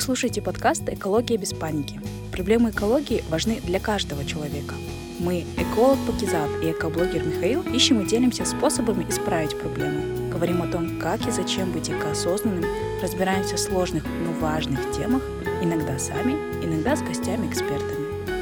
слушаете подкаст «Экология без паники». Проблемы экологии важны для каждого человека. Мы, эколог Пакизат и экоблогер Михаил, ищем и делимся способами исправить проблемы. Говорим о том, как и зачем быть экоосознанным, разбираемся в сложных, но важных темах, иногда сами, иногда с гостями-экспертами.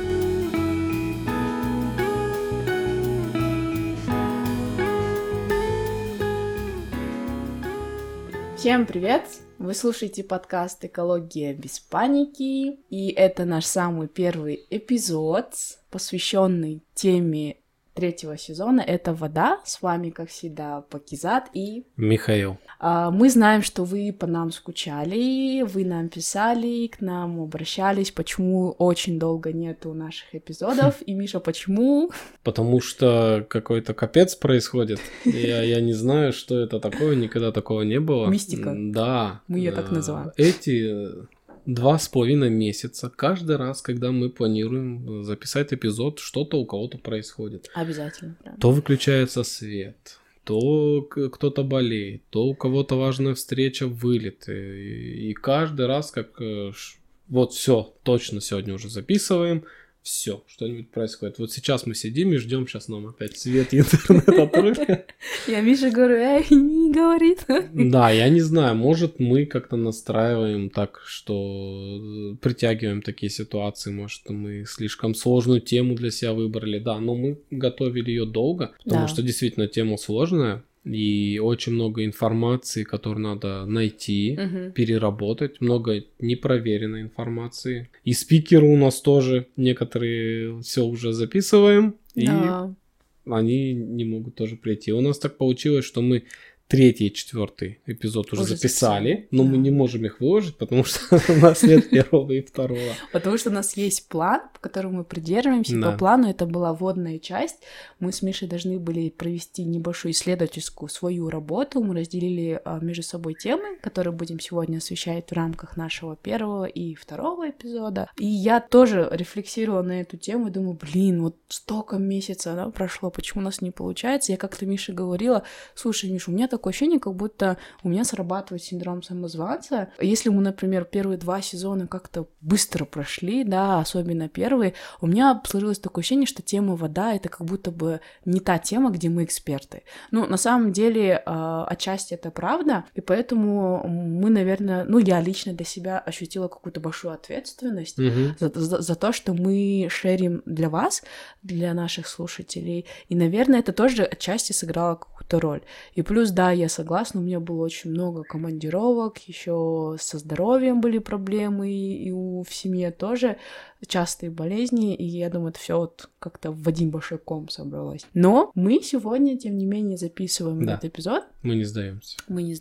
Всем привет! Вы слушаете подкаст «Экология без паники», и это наш самый первый эпизод, посвященный теме третьего сезона. Это вода. С вами, как всегда, Пакизат и Михаил. Мы знаем, что вы по нам скучали, вы нам писали, к нам обращались, почему очень долго нету наших эпизодов. И, Миша, почему? Потому что какой-то капец происходит. Я не знаю, что это такое, никогда такого не было. Мистика. Да. Мы ее так называем. Эти 2,5 месяца, каждый раз, когда мы планируем записать эпизод, что-то у кого-то происходит. Обязательно. Правда. То выключается свет, то кто-то болеет, то у кого-то важная встреча, вылет. И каждый раз, как вот все, точно сегодня уже записываем, все, что-нибудь происходит. Вот сейчас мы сидим и ждем, сейчас нам опять свет и интернет отрубят. Я Мише говорю, не говорит. Да, я не знаю, может мы как-то настраиваем так, что притягиваем такие ситуации, может мы слишком сложную тему для себя выбрали, да, но мы готовили ее долго, потому что действительно тема сложная. И очень много информации, которую надо найти, переработать, много непроверенной информации. И спикеры у нас тоже, некоторые все уже записываем, и они не могут тоже прийти. У нас так получилось, что мы 3-й и 4-й эпизод уже записали, но мы не можем их выложить, потому что у нас нет 1-го и 2-го. Потому что у нас есть план, по которому мы придерживаемся. По плану это была вводная часть. Мы с Мишей должны были провести небольшую исследовательскую свою работу. Мы разделили между собой темы, которые будем сегодня освещать в рамках нашего 1-го и 2-го эпизода. И я тоже рефлексировала на эту тему и думаю, вот столько месяцев прошло, почему у нас не получается? Я как-то Мише говорила, слушай, Миша, у меня такое ощущение, как будто у меня срабатывает синдром самозванца. Если мы, например, первые 2 сезона как-то быстро прошли, да, особенно первый, у меня сложилось такое ощущение, что тема вода — это как будто бы не та тема, где мы эксперты. На самом деле, отчасти это правда, и поэтому мы, наверное, я лично для себя ощутила какую-то большую ответственность за то, что мы шерим для вас, для наших слушателей, и, наверное, это тоже отчасти сыграло какую-то роль. И плюс, да, я согласна, у меня было очень много командировок, еще со здоровьем были проблемы, и в семье тоже частые болезни, и я думаю, это все вот как-то в один большой ком собралось. Но мы сегодня, тем не менее, записываем этот эпизод. Мы не сдаемся.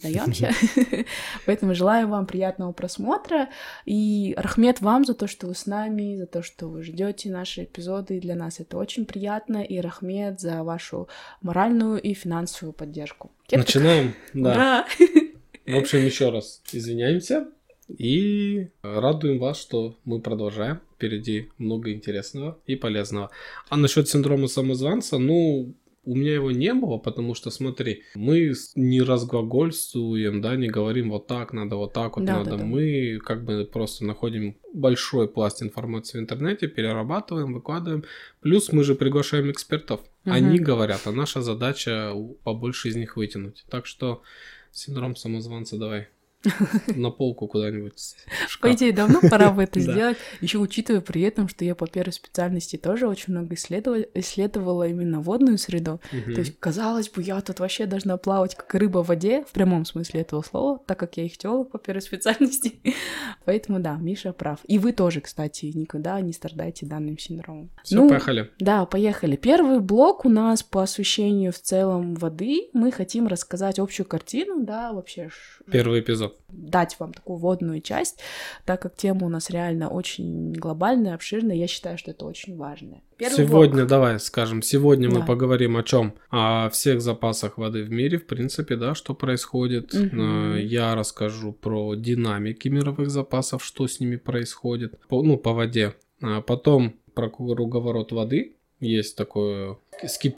Поэтому желаю вам приятного просмотра, и рахмет вам за то, что вы с нами, за то, что вы ждете наши эпизоды, и для нас это очень приятно, и рахмет за вашу моральную и финансовую поддержку. Начинаем, да. Ура! В общем, еще раз извиняемся и радуем вас, что мы продолжаем. Впереди много интересного и полезного. А насчет синдрома самозванца, у меня его не было, потому что, смотри, мы не разглагольствуем, да, не говорим вот так надо, вот так вот надо. Мы как бы просто находим большой пласт информации в интернете, перерабатываем, выкладываем. Плюс мы же приглашаем экспертов. Они говорят, а наша задача побольше из них вытянуть. Так что синдром самозванца давай на полку куда-нибудь. По идее, давно пора бы это сделать. Еще учитывая при этом, что я по первой специальности тоже очень много исследовала именно водную среду. То есть, казалось бы, я тут вообще должна плавать как рыба в воде, в прямом смысле этого слова, так как я ихтиолог по первой специальности. Поэтому да, Миша прав. И вы тоже, кстати, никогда не страдаете данным синдромом. Все, поехали. Да, поехали. Первый блок у нас по освещению в целом воды. Мы хотим рассказать общую картину, да, вообще. Первый эпизод. Дать вам такую вводную часть, так как тема у нас реально очень глобальная, обширная. Я считаю, что это очень важно. Сегодня, давай скажем, мы поговорим о чем? О всех запасах воды в мире, в принципе, да, что происходит. Я расскажу про динамики мировых запасов, что с ними происходит, по воде. Потом про круговорот воды. Есть такое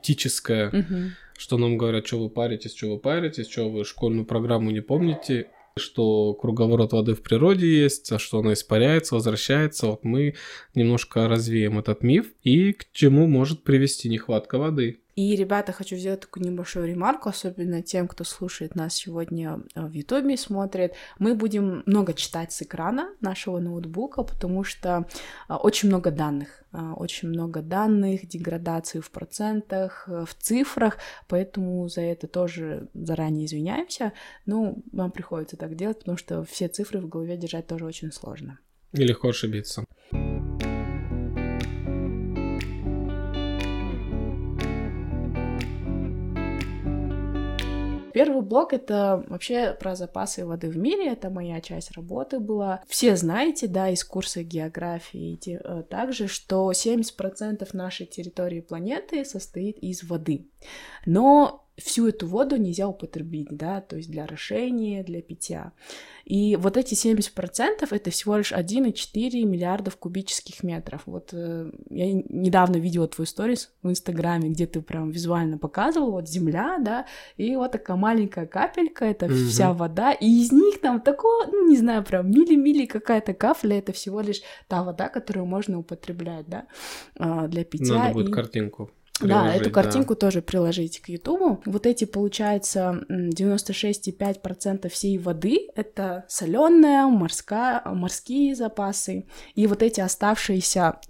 скептическое, что нам говорят, что вы паритесь, что вы школьную программу не помните. что круговорот воды в природе есть, а что она испаряется, возвращается. Вот мы немножко развеем этот миф и к чему может привести нехватка воды. И, ребята, хочу сделать такую небольшую ремарку, особенно тем, кто слушает нас сегодня в Ютубе, смотрит. Мы будем много читать с экрана нашего ноутбука, потому что очень много данных, деградации в процентах, в цифрах, поэтому за это тоже заранее извиняемся. Ну, вам приходится так делать, потому что все цифры в голове держать тоже очень сложно. И легко ошибиться. Первый блок — это вообще про запасы воды в мире, это моя часть работы была. Все знаете, да, из курса географии также, что 70% нашей территории планеты состоит из воды. Но всю эту воду нельзя употребить, да, то есть для орошения, для питья. И вот эти 70% это всего лишь 1,4 миллиардов кубических метров. Вот я недавно видела твой сторис в Инстаграме, где ты прям визуально показывал, вот земля, да, и вот такая маленькая капелька, это вся вода, и из них там такое, ну, не знаю, прям мили-мили какая-то капля, это всего лишь та вода, которую можно употреблять, да, для питья. Надо будет картинку. Да, эту картинку тоже приложите к Ютубу. Вот эти, получается, 96,5% всей воды — это солёная, морские запасы. И вот эти оставшиеся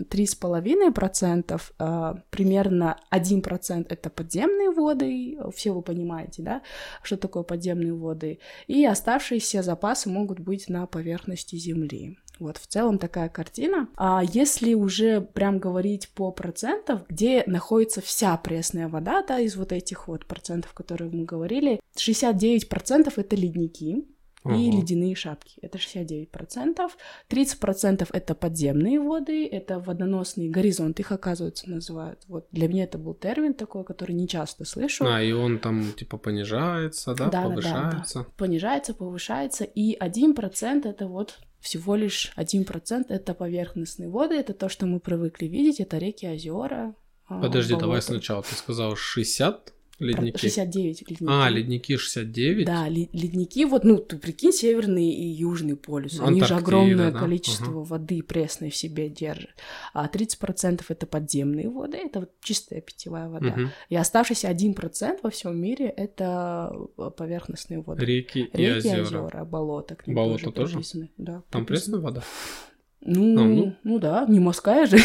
3,5%, примерно 1% — это подземные воды. Все вы понимаете, да, что такое подземные воды. И оставшиеся запасы могут быть на поверхности Земли. Вот, в целом такая картина. А если уже прям говорить по процентам, где находится вся пресная вода, да, из вот этих вот процентов, которые мы говорили, 69% это ледники и ледяные шапки. Это 69%. 30% это подземные воды, это водоносный горизонт, их, оказывается, называют. Вот для меня это был термин такой, который не часто слышу. И он там типа понижается, да, повышается. Да. Понижается, повышается. И 1% это вот всего лишь 1% это поверхностные воды, это то, что мы привыкли видеть, это реки, озера. Подожди, давай сначала. Ты сказал 60 ледники? 69 ледники. Ледники 69? Да, ледники, вот, ну, ты прикинь, северный и южный полюс, они же огромное количество воды пресной в себе держат. А 30% это подземные воды, это вот чистая питьевая вода. И оставшийся 1% во всем мире это поверхностные воды. Реки и озера, болота. Болото тоже? Прописаны. Да, там пресная вода? Ну да, не морская же.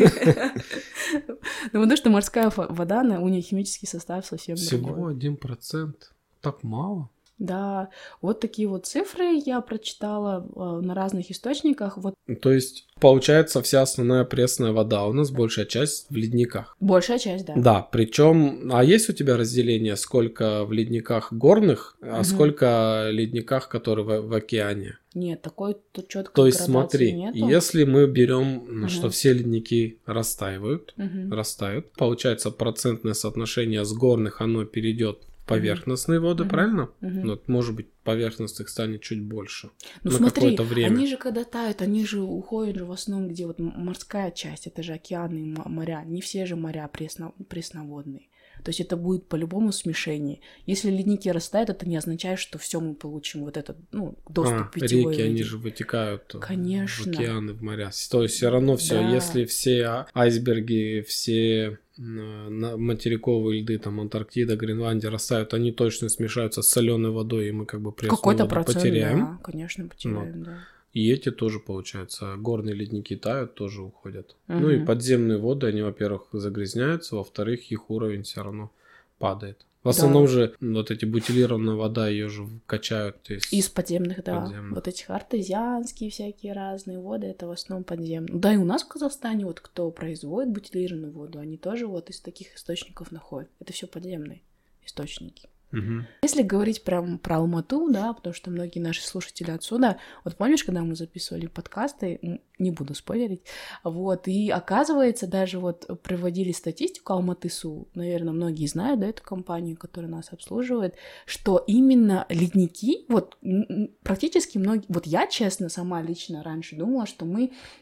Ну, потому что морская вода, у нее химический состав совсем другой. Всего 1%? Так мало? Да, вот такие вот цифры я прочитала на разных источниках. Вот. То есть, получается, вся основная пресная вода у нас большая часть в ледниках. Большая часть, да. Да, причем, есть у тебя разделение, сколько в ледниках горных, а сколько в ледниках, которые в океане? Нет, такой тут четко. То есть смотри, нету. Если мы берем, что все ледники растают, получается процентное соотношение с горных, оно перейдет в поверхностные воды, правильно? Вот, может быть, поверхностных станет чуть больше. Ну смотри, они же когда тают, они же уходят же в основном, где вот морская часть, это же океаны и моря. Не все же моря пресноводные. То есть это будет по-любому смешение. Если ледники растают, это не означает, что все мы получим вот этот, доступ к питьевой воде. Реки, они же вытекают Конечно. в океаны, в моря. То есть все равно все, если все айсберги, все материковые льды, там Антарктида, Гренландия растают, они точно смешаются с соленой водой, и мы как бы пресную воду потеряем. Да, конечно, потеряем, да. И эти тоже, получается, горные ледники тают, тоже уходят. Ну и подземные воды, они, во-первых, загрязняются, во-вторых, их уровень все равно падает. В основном же вот эти бутилированная вода, ее же качают из подземных, да. Вот этих артезианские всякие разные воды, это в основном подземные. Да, и у нас в Казахстане вот кто производит бутилированную воду, они тоже вот из таких источников находят. Это все подземные источники. Если говорить прям про Алмату, да, потому что многие наши слушатели отсюда, вот помнишь, когда мы записывали подкасты, не буду спойлерить, вот, и оказывается, даже вот приводили статистику Алматы-Су, наверное, многие знают, да, эту компанию, которая нас обслуживает, что именно ледники, вот, практически многие, вот я, честно, сама лично раньше думала, что мы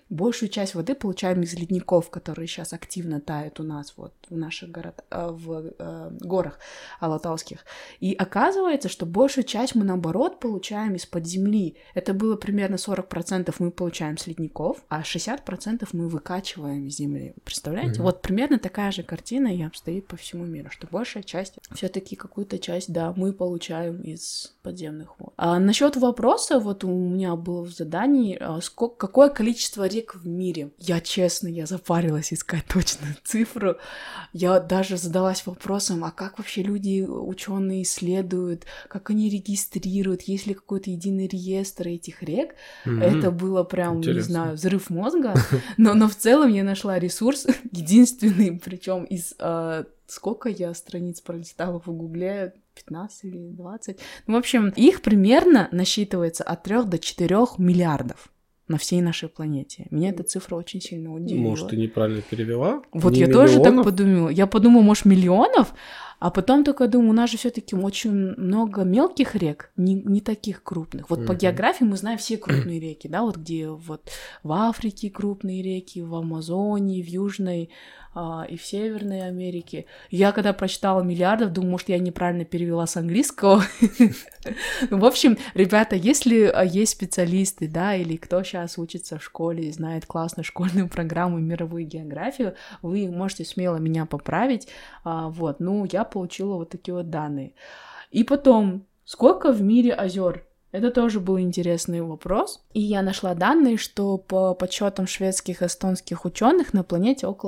большую часть воды получаем из ледников, которые сейчас активно тают у нас вот в наших горах алатауских. И оказывается, что большую часть мы, наоборот, получаем из-под земли. Это было примерно 40% мы получаем с ледников, а 60% мы выкачиваем из земли. Представляете? Вот примерно такая же картина и обстоит по всему миру, что большая часть, все-таки какую-то часть, да, мы получаем из подземных вод. А насчет вопроса, вот у меня было в задании, какое количество рек в мире? Я запарилась искать точную цифру. Я даже задалась вопросом, а как вообще люди, ученые исследуют, как они регистрируют, есть ли какой-то единый реестр этих рек? Это было прям, не знаю, взрыв мозга. Но в целом я нашла ресурс, единственный, причем из... Сколько я страниц пролистала в Гугле? 15 или 20? Ну, в общем, их примерно насчитывается от 3 до 4 миллиардов на всей нашей планете. Меня эта цифра очень сильно удивила. Может, ты неправильно перевела? Вот не я миллионов? тоже так подумала. Я подумала, может, миллионов? А потом только думаю, у нас же все-таки очень много мелких рек, не таких крупных. Вот по географии мы знаем все крупные реки, да, вот где вот в Африке крупные реки, в Амазонии, в Южной и в Северной Америке. Я когда прочитала миллиардов, думаю, может, я неправильно перевела с английского. В общем, ребята, если есть специалисты, да, или кто сейчас учится в школе и знает классную школьную программу мировую географию, вы можете смело меня поправить. Вот, ну, я получила вот такие вот данные. И потом, сколько в мире озер? Это тоже был интересный вопрос. И я нашла данные, что по подсчетам шведских и эстонских ученых на планете около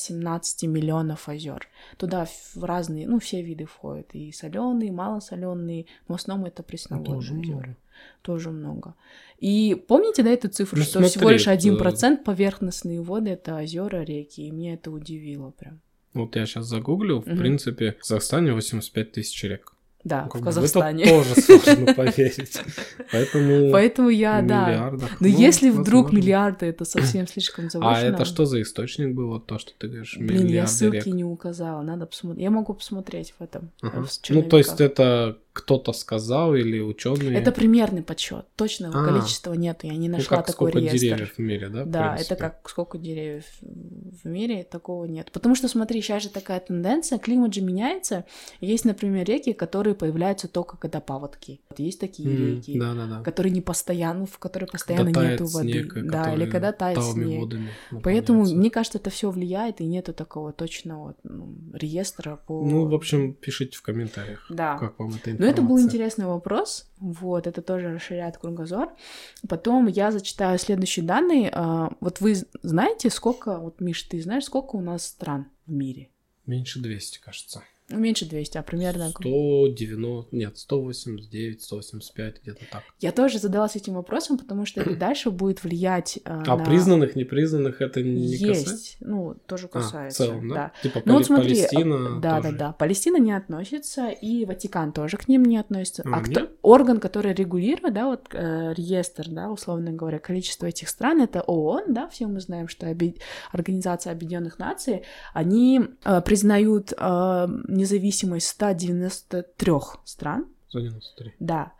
117 миллионов озер. Туда в разные, ну, все виды входят. И соленые, малосоленые. Но в основном это пресноводные озера. Тоже много. И помните, да, эту цифру, ну, что смотри, всего лишь 1% поверхностные воды — это озера, реки. И меня это удивило прям. Вот я сейчас загуглил, в принципе, в Казахстане 85 тысяч рек. Да, ну, в Казахстане. Это тоже сложно поверить. Поэтому я, да. Но если вдруг миллиарды, это совсем слишком завышено. А это что за источник был, то, что ты говоришь, миллиарды рек? Я ссылки рек? Не указала, надо посмотреть. Я могу посмотреть в этом. Ну, то есть это кто-то сказал или ученые? Это примерный подсчет. Точного количества нету, я не нашла такой реестр. Сколько деревьев в мире, да? Да, это как сколько деревьев в мире, такого нет. Потому что, смотри, сейчас же такая тенденция, климат же меняется. Есть, например, реки, которые появляются только когда паводки. Вот есть такие реки, которые не постоянно, в которых постоянно нету воды. Снег, да, или когда тает снег. Поэтому, мне кажется, это все влияет, и нету такого точного реестра по... Ну, в общем, пишите в комментариях, как вам эта информация. Но это был интересный вопрос. Вот, это тоже расширяет кругозор. Потом я зачитаю следующие данные. Вот вы знаете, сколько... Вот, Миш, ты знаешь, сколько у нас стран в мире? Меньше 200, кажется. Меньше 200, а примерно... 190, нет, 189, 185, где-то так. Я тоже задалась этим вопросом, потому что это дальше будет влиять на... признанных, непризнанных это не касается? Есть, ну, тоже касается. В целом, да? Типа ну, вот смотри, Палестина тоже? Да. Палестина не относится, и Ватикан тоже к ним не относится. Орган, который регулирует, да, вот реестр, да, условно говоря, количество этих стран, это ООН, да, все мы знаем, что Организация Объединенных Наций, они признают независимость 193 стран. 193. Да.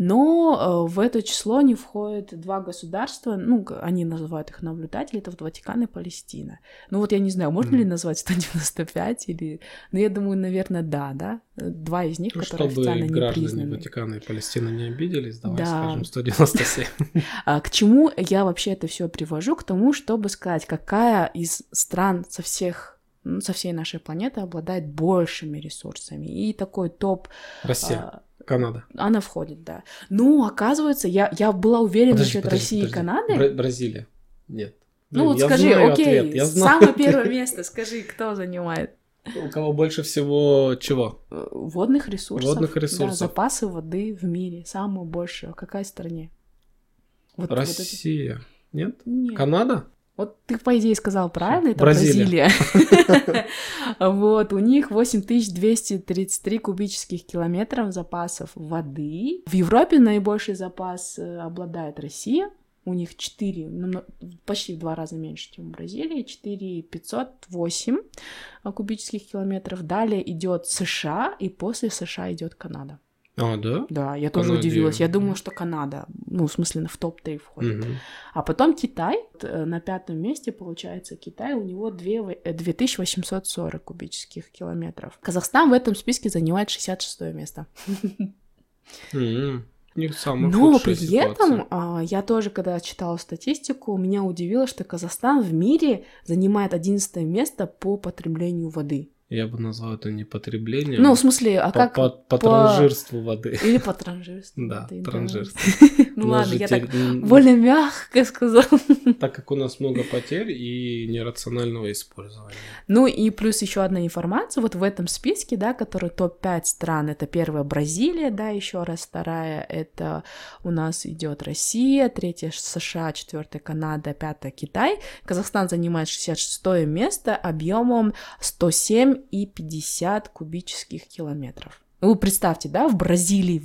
Но в это число не входят два государства, ну, они называют их наблюдатели, это вот Ватикан и Палестина. Ну, вот я не знаю, можно ли назвать 195 или... Ну, я думаю, наверное, да. Два из них, которые официально не признаны. Чтобы граждане Ватикана и Палестины не обиделись, давай скажем 197. К чему я вообще это все привожу? К тому, чтобы сказать, какая из стран со всей нашей планеты обладает большими ресурсами. И такой топ... Россия, Канада. Она входит, да. Ну, оказывается, я была уверена насчет России и Канады. Бразилия. Нет. Ну, вот скажи, окей, самое первое место, скажи, кто занимает? У кого больше всего чего? Водных ресурсов. Да, запасы воды в мире. Самое большее. В какой стране? Россия. Нет? Канада? Вот ты, по идее, сказал правильно, это Бразилия. Вот, у них 8233 кубических километров запасов воды. В Европе наибольший запас обладает Россия. У них 4, почти в 2 раза меньше, чем в Бразилии, 4508 кубических километров. Далее идет США, и после США идет Канада. А, да? Да, я тоже удивилась. Я думала, что Канада, в смысле, в топ-3 входит. А потом Китай, на 5-м месте, получается, Китай, у него 2840 кубических километров. Казахстан в этом списке занимает 66-е место. Но при этом я тоже, когда читала статистику, меня удивило, что Казахстан в мире занимает 11 место по потреблению воды. Я бы назвал это не потреблением. В смысле, по транжирству воды. Или по транжирству воды. Да, транжирство. Ладно, я так более мягко сказала. Так как у нас много потерь и нерационального использования. И плюс еще одна информация. Вот в этом списке, да, который топ-5 стран, это первая Бразилия, да, еще раз, вторая это у нас идет Россия, третья США, четвертая Канада, пятая Китай. Казахстан занимает 66 место объемом 107,50 кубических километров. Вы представьте, да, в Бразилии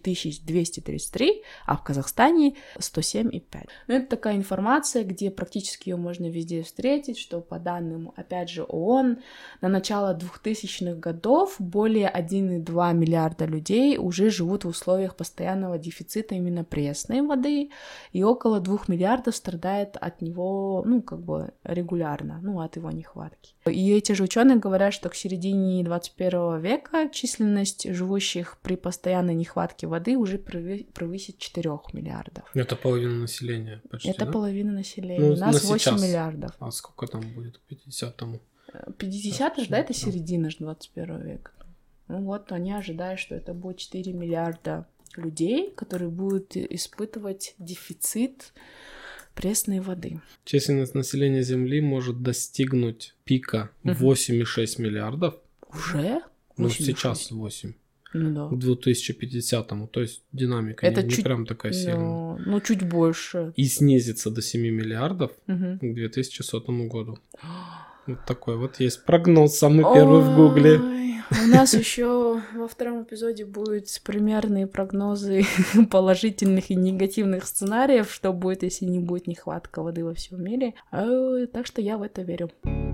8233, а в Казахстане 107,5. Это такая информация, где практически ее можно везде встретить, что по данным, опять же, ООН, на начало 2000-х годов более 1,2 миллиарда людей уже живут в условиях постоянного дефицита именно пресной воды, и около 2 миллиардов страдает от него, регулярно, от его нехватки. И эти же ученые говорят, что к середине 21 века численность живущих при постоянной нехватке воды уже превысит 4 миллиардов. Это половина населения почти, Это да? половина населения. У нас 8 сейчас. миллиардов. А сколько там будет к 50-му? 50 же, да, это середина 21 века. Они ожидают, что это будет 4 миллиарда людей, которые будут испытывать дефицит пресной воды. Численность населения Земли может достигнуть пика 8,6 миллиардов. Уже? Сейчас 8. Да. К 2050-му. То есть динамика это не прям такая сильная. Чуть больше. И снизится до 7 миллиардов к 2100 году. Вот такой вот есть прогноз, самый первый в Гугле. У нас еще во втором эпизоде будут примерные прогнозы положительных и негативных сценариев, что будет, если не будет нехватка воды во всем мире. Так что я в это верю.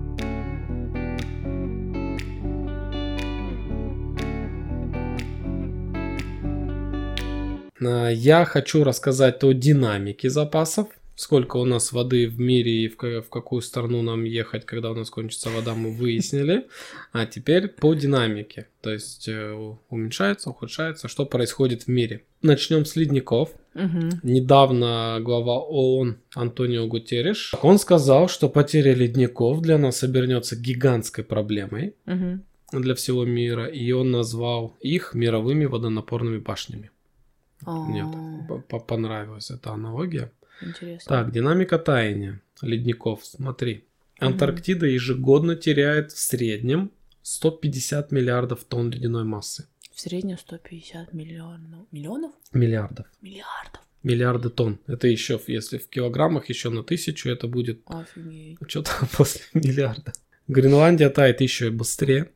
Я хочу рассказать о динамике запасов. Сколько у нас воды в мире и в какую страну нам ехать, когда у нас кончится вода, мы выяснили. А теперь по динамике. То есть уменьшается, ухудшается. Что происходит в мире? Начнем с ледников. Недавно глава ООН Антонио Гутерриш, он сказал, что потеря ледников для нас обернется гигантской проблемой для всего мира. И он назвал их мировыми водонапорными башнями. Мне понравилась эта аналогия. Интересно. Так, динамика таяния ледников. Смотри. Антарктида ежегодно теряет в среднем 150 миллиардов тонн ледяной массы. В среднем 150 миллионов? Миллиардов. Миллиарды тонн. Это еще, если в килограммах, еще на 1000, это будет... Офигеть. Что-то после миллиарда. Гренландия тает еще быстрее.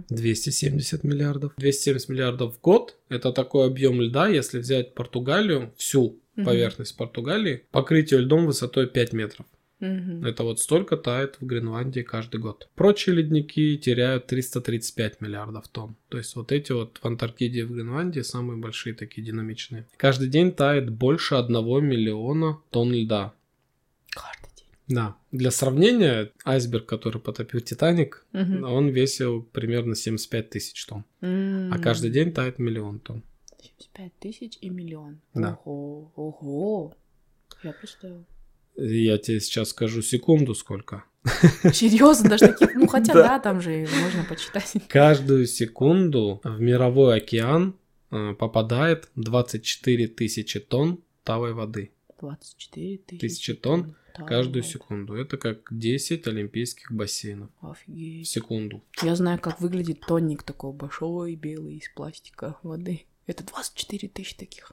270 миллиардов. 270 миллиардов в год. Это такой объем льда, если взять Португалию, всю поверхность Португалии, покрытие льдом высотой 5 метров. Это вот столько тает в Гренландии каждый год. Прочие ледники теряют 335 миллиардов тонн. То есть вот эти вот в Антарктиде и в Гренландии самые большие такие динамичные. Каждый день тает больше 1 миллиона тонн льда. Каждый день? Да. Для сравнения, айсберг, который потопил Титаник, он весил примерно 75 тысяч тонн. А каждый день тает 1 миллион тонн. 75 тысяч и миллион. Да. Ого. Я представила. Я тебе сейчас скажу секунду сколько. Серьезно, даже таких, хотя да, там же можно почитать. Каждую секунду в мировой океан попадает 24 тысячи тонн талой воды. 24 тысячи тонн каждую секунду. Это как 10 олимпийских бассейнов. Офигеть. В секунду. Я знаю, как выглядит тонник такой большой, белый, из пластика воды. Это 24 тысячи таких.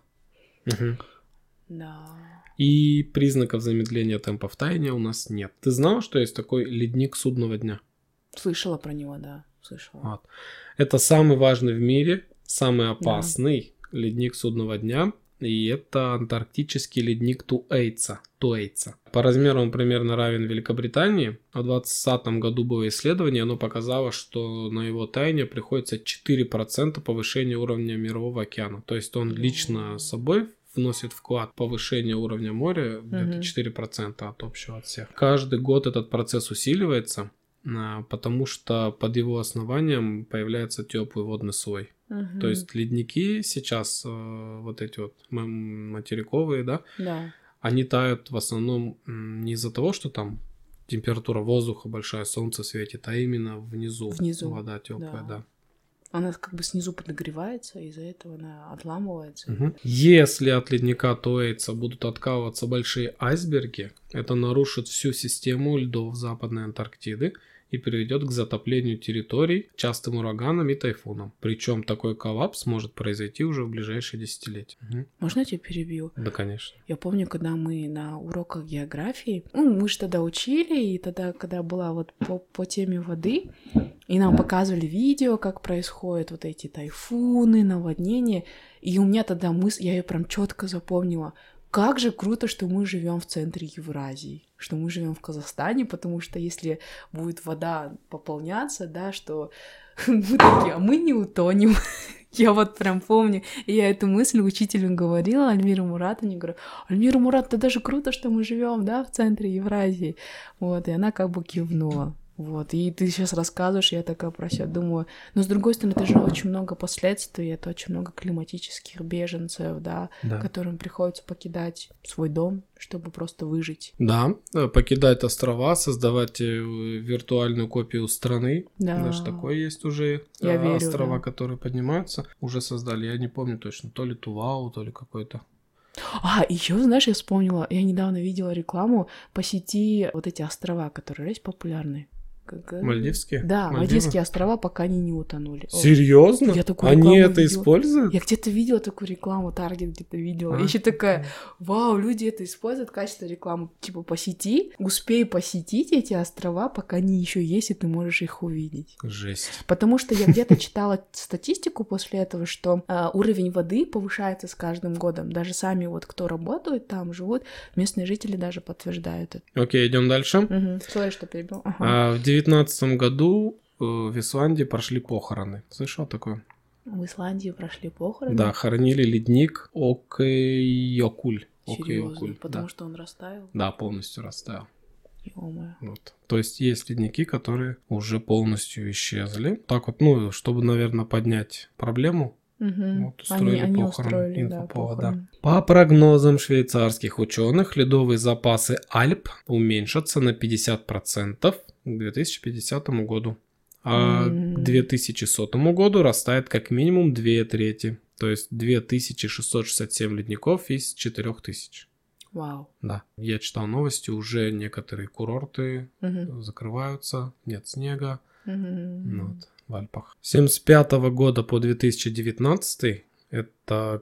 Да. И признаков замедления темпов таяния у нас нет. Ты знал, что есть такой ледник судного дня? Слышала про него, да. Слышала. Вот. Это самый важный в мире, самый опасный ледник судного дня. и это антарктический ледник Туэйтса. По размеру он примерно равен Великобритании. В 2020 году было исследование, оно показало, что на его таяние приходится 4% повышения уровня Мирового океана. То есть он лично собой вносит вклад в повышение уровня моря где-то 4% от общего от всех. Каждый год этот процесс усиливается, потому что под его основанием появляется теплый водный слой. То есть ледники сейчас, вот эти вот материковые, да, они тают в основном не из-за того, что там температура воздуха большая, солнце светит, а именно внизу вода теплая, да. Она как бы снизу подогревается, из-за этого она отламывается. Если от ледника Туэйтса будут откалываться большие айсберги, это нарушит всю систему льдов Западной Антарктиды и приведет к затоплению территорий, частым ураганам и тайфунам. Причем такой коллапс может произойти уже в ближайшие десятилетия. Можно я тебя перебью? Да, конечно. Я помню, когда мы на уроках географии, мы же тогда учили, и тогда, когда была вот по теме воды, и нам показывали видео, как происходят вот эти тайфуны, наводнения, и у меня тогда мысль, я ее прям четко запомнила. Как же круто, что мы живем в центре Евразии, что мы живем в Казахстане, потому что если будет вода пополняться, да, что мы такие, а мы не утонем. Я вот прям помню, и я эту мысль учителю говорила, Альмира Муратовне, говорю, Альмира Мурат, это даже круто, что мы живем, да, в центре Евразии. Вот, и она как бы кивнула. Вот, и ты сейчас рассказываешь, я такая про себя думаю, но с другой стороны, это же очень много последствий, это очень много климатических беженцев, да, которым приходится покидать свой дом, чтобы просто выжить. Да, покидать острова, создавать виртуальную копию страны, даже такое есть уже. Я верю, острова, которые поднимаются, уже создали, я не помню точно, то ли Тувау, то ли какой-то. Еще, знаешь, я вспомнила, я недавно видела рекламу по сети вот эти острова, которые есть популярные. Мальдивские? Да, Мальдивские острова, пока они не утонули. Серьезно? Они это видела. Используют? Я где-то видела такую рекламу, Таргет где-то видела. Я еще такая, вау, люди это используют в качестве рекламы. Типа по сети, успей посетить эти острова, пока они еще есть, и ты можешь их увидеть. Жесть. Потому что я где-то читала статистику после этого, что уровень воды повышается с каждым годом. Даже сами вот кто работают там, живут, местные жители даже подтверждают это. Окей, идем дальше. Сори, что перебил. В 2019 году в Исландии прошли похороны. Слышал такое? В Исландии прошли похороны? Да, хоронили ледник Окейокуль. Серьезно? Потому что он растаял? Да, полностью растаял. Ё-моё. Вот. То есть есть ледники, которые уже полностью исчезли. Так вот, чтобы, наверное, поднять проблему, вот устроили они похороны, устроили, инфоповода. По прогнозам швейцарских ученых, ледовые запасы Альп уменьшатся на 50% к 2050 году. А к 2100 году растает как минимум 2/3. То есть 2667 ледников из 4000. Вау. Да. Я читал новости, уже некоторые курорты закрываются, нет снега. Вот, в Альпах. С 1975 года по 2019 это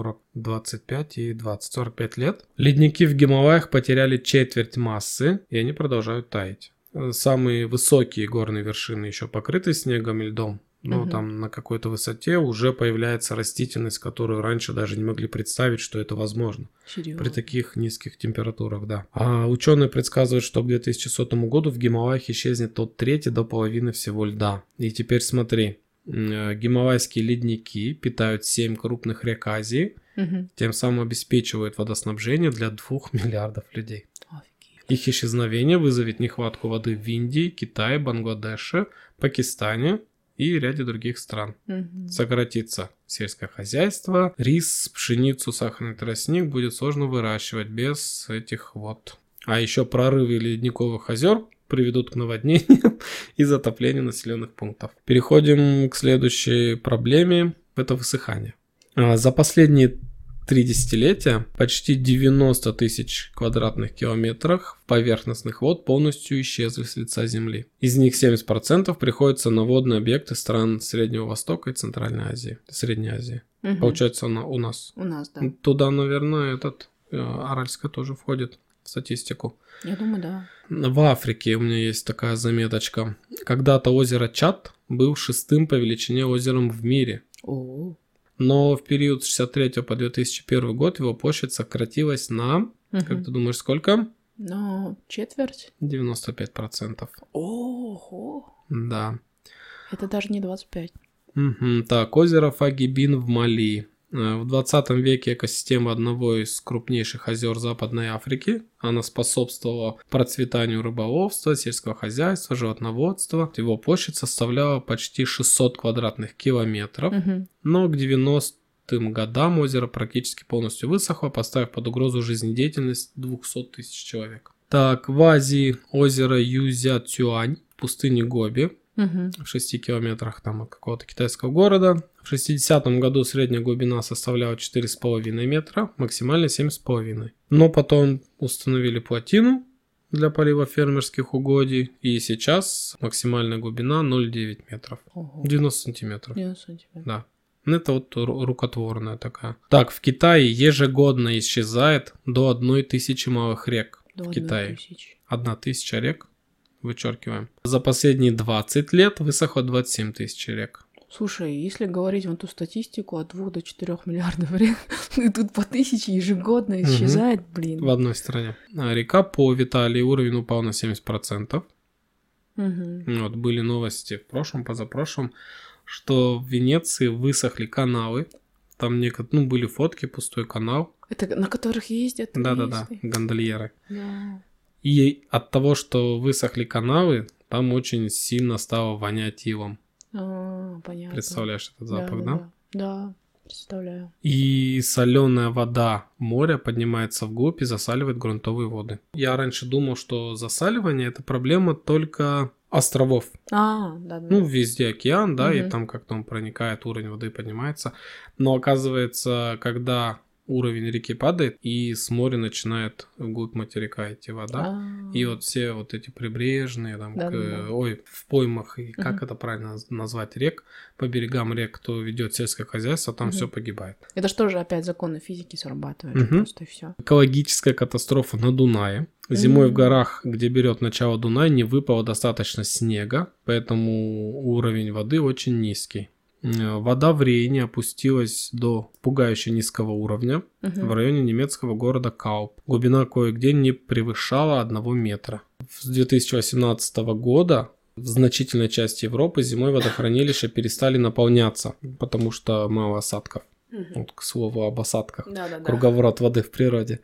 25 и 20, 45 лет. Ледники в Гималаях потеряли четверть массы, и они продолжают таять. Самые высокие горные вершины еще покрыты снегом и льдом, но там на какой-то высоте уже появляется растительность, которую раньше даже не могли представить, что это возможно. Серьезно? При таких низких температурах, да. А ученые предсказывают, что к 2100 году в Гималаях исчезнет от трети до половины всего льда. И теперь смотри, гималайские ледники питают 7 крупных рек Азии, тем самым обеспечивают водоснабжение для 2 миллиардов людей. Их исчезновение вызовет нехватку воды в Индии, Китае, Бангладеше, Пакистане и ряде других стран. Сократится сельское хозяйство, рис, пшеницу, сахарный тростник будет сложно выращивать без этих вот. А еще прорывы ледниковых озер приведут к наводнениям и затоплению населенных пунктов. Переходим к следующей проблеме. Это высыхание. За последние 3 десятилетия почти 90 тысяч квадратных километров поверхностных вод полностью исчезли с лица Земли. Из них 70% приходится на водные объекты стран Среднего Востока и Центральной Азии, Средней Азии. Получается, она у нас. У нас, да. Туда, наверное, Аральская тоже входит в статистику. Я думаю, да. В Африке у меня есть такая заметочка. Когда-то озеро Чад был 6-м по величине озером в мире. Но в период с 1963 по 2001 год его площадь сократилась на, как ты думаешь, сколько? Ну, четверть. 95%. Ого! Да. Это даже не 25. Так, озеро Фагибин в Мали. В 20 веке экосистема одного из крупнейших озер Западной Африки. Она способствовала процветанию рыболовства, сельского хозяйства, животноводства. Его площадь составляла почти 600 квадратных километров. Но к 90-м годам озеро практически полностью высохло, поставив под угрозу жизнедеятельность 200 тысяч человек. Так, в Азии озеро Юзя-Цюань в пустыне Гоби. В 6 километрах там от какого-то китайского города. В 60-м году средняя глубина составляла 4,5 метра, максимально 7,5. Но потом установили плотину для полива фермерских угодий, и сейчас максимальная глубина 0,9 метров. 90 сантиметров. 90 сантиметров. Да. Это вот рукотворная такая. Так, в Китае ежегодно исчезает до 1000 малых рек. В Китае. 1000 рек. Вычеркиваем. За последние 20 лет высохло 27 тысяч рек. Слушай, если говорить вот ту статистику от 2 до 4 миллиардов рек, и тут по 1000 ежегодно исчезает, блин. В одной стране. Река По в Италии уровень упал на 70%. Вот были новости в прошлом, позапрошлом, что в Венеции высохли каналы. Там были фотки, пустой канал. Это на которых ездят? Да-да-да, гондольеры. Да. И от того, что высохли каналы, там очень сильно стало вонять илом. Понятно. Представляешь этот запах, да? Да, представляю. И соленая вода моря поднимается вглубь и засаливает грунтовые воды. Я раньше думал, что засаливание — это проблема только островов. Да. Везде океан, да, и там как-то он проникает, уровень воды поднимается. Но оказывается, когда уровень реки падает, и с моря начинает вглубь материка идти вода. И вот все вот эти прибрежные, там, в поймах, и как это правильно назвать, рек, по берегам рек, кто ведет сельское хозяйство, там все погибает. Это что же опять законы физики срабатывают, просто и все. Экологическая катастрофа на Дунае. Зимой в горах, где берет начало Дунай, не выпало достаточно снега, поэтому уровень воды очень низкий. Вода в Рейне опустилась до пугающе низкого уровня в районе немецкого города Кауп. Глубина кое-где не превышала 1 метра. С 2018 года в значительной части Европы зимой водохранилища перестали наполняться, потому что мало осадков. Вот, к слову об осадках. Круговорот воды в природе.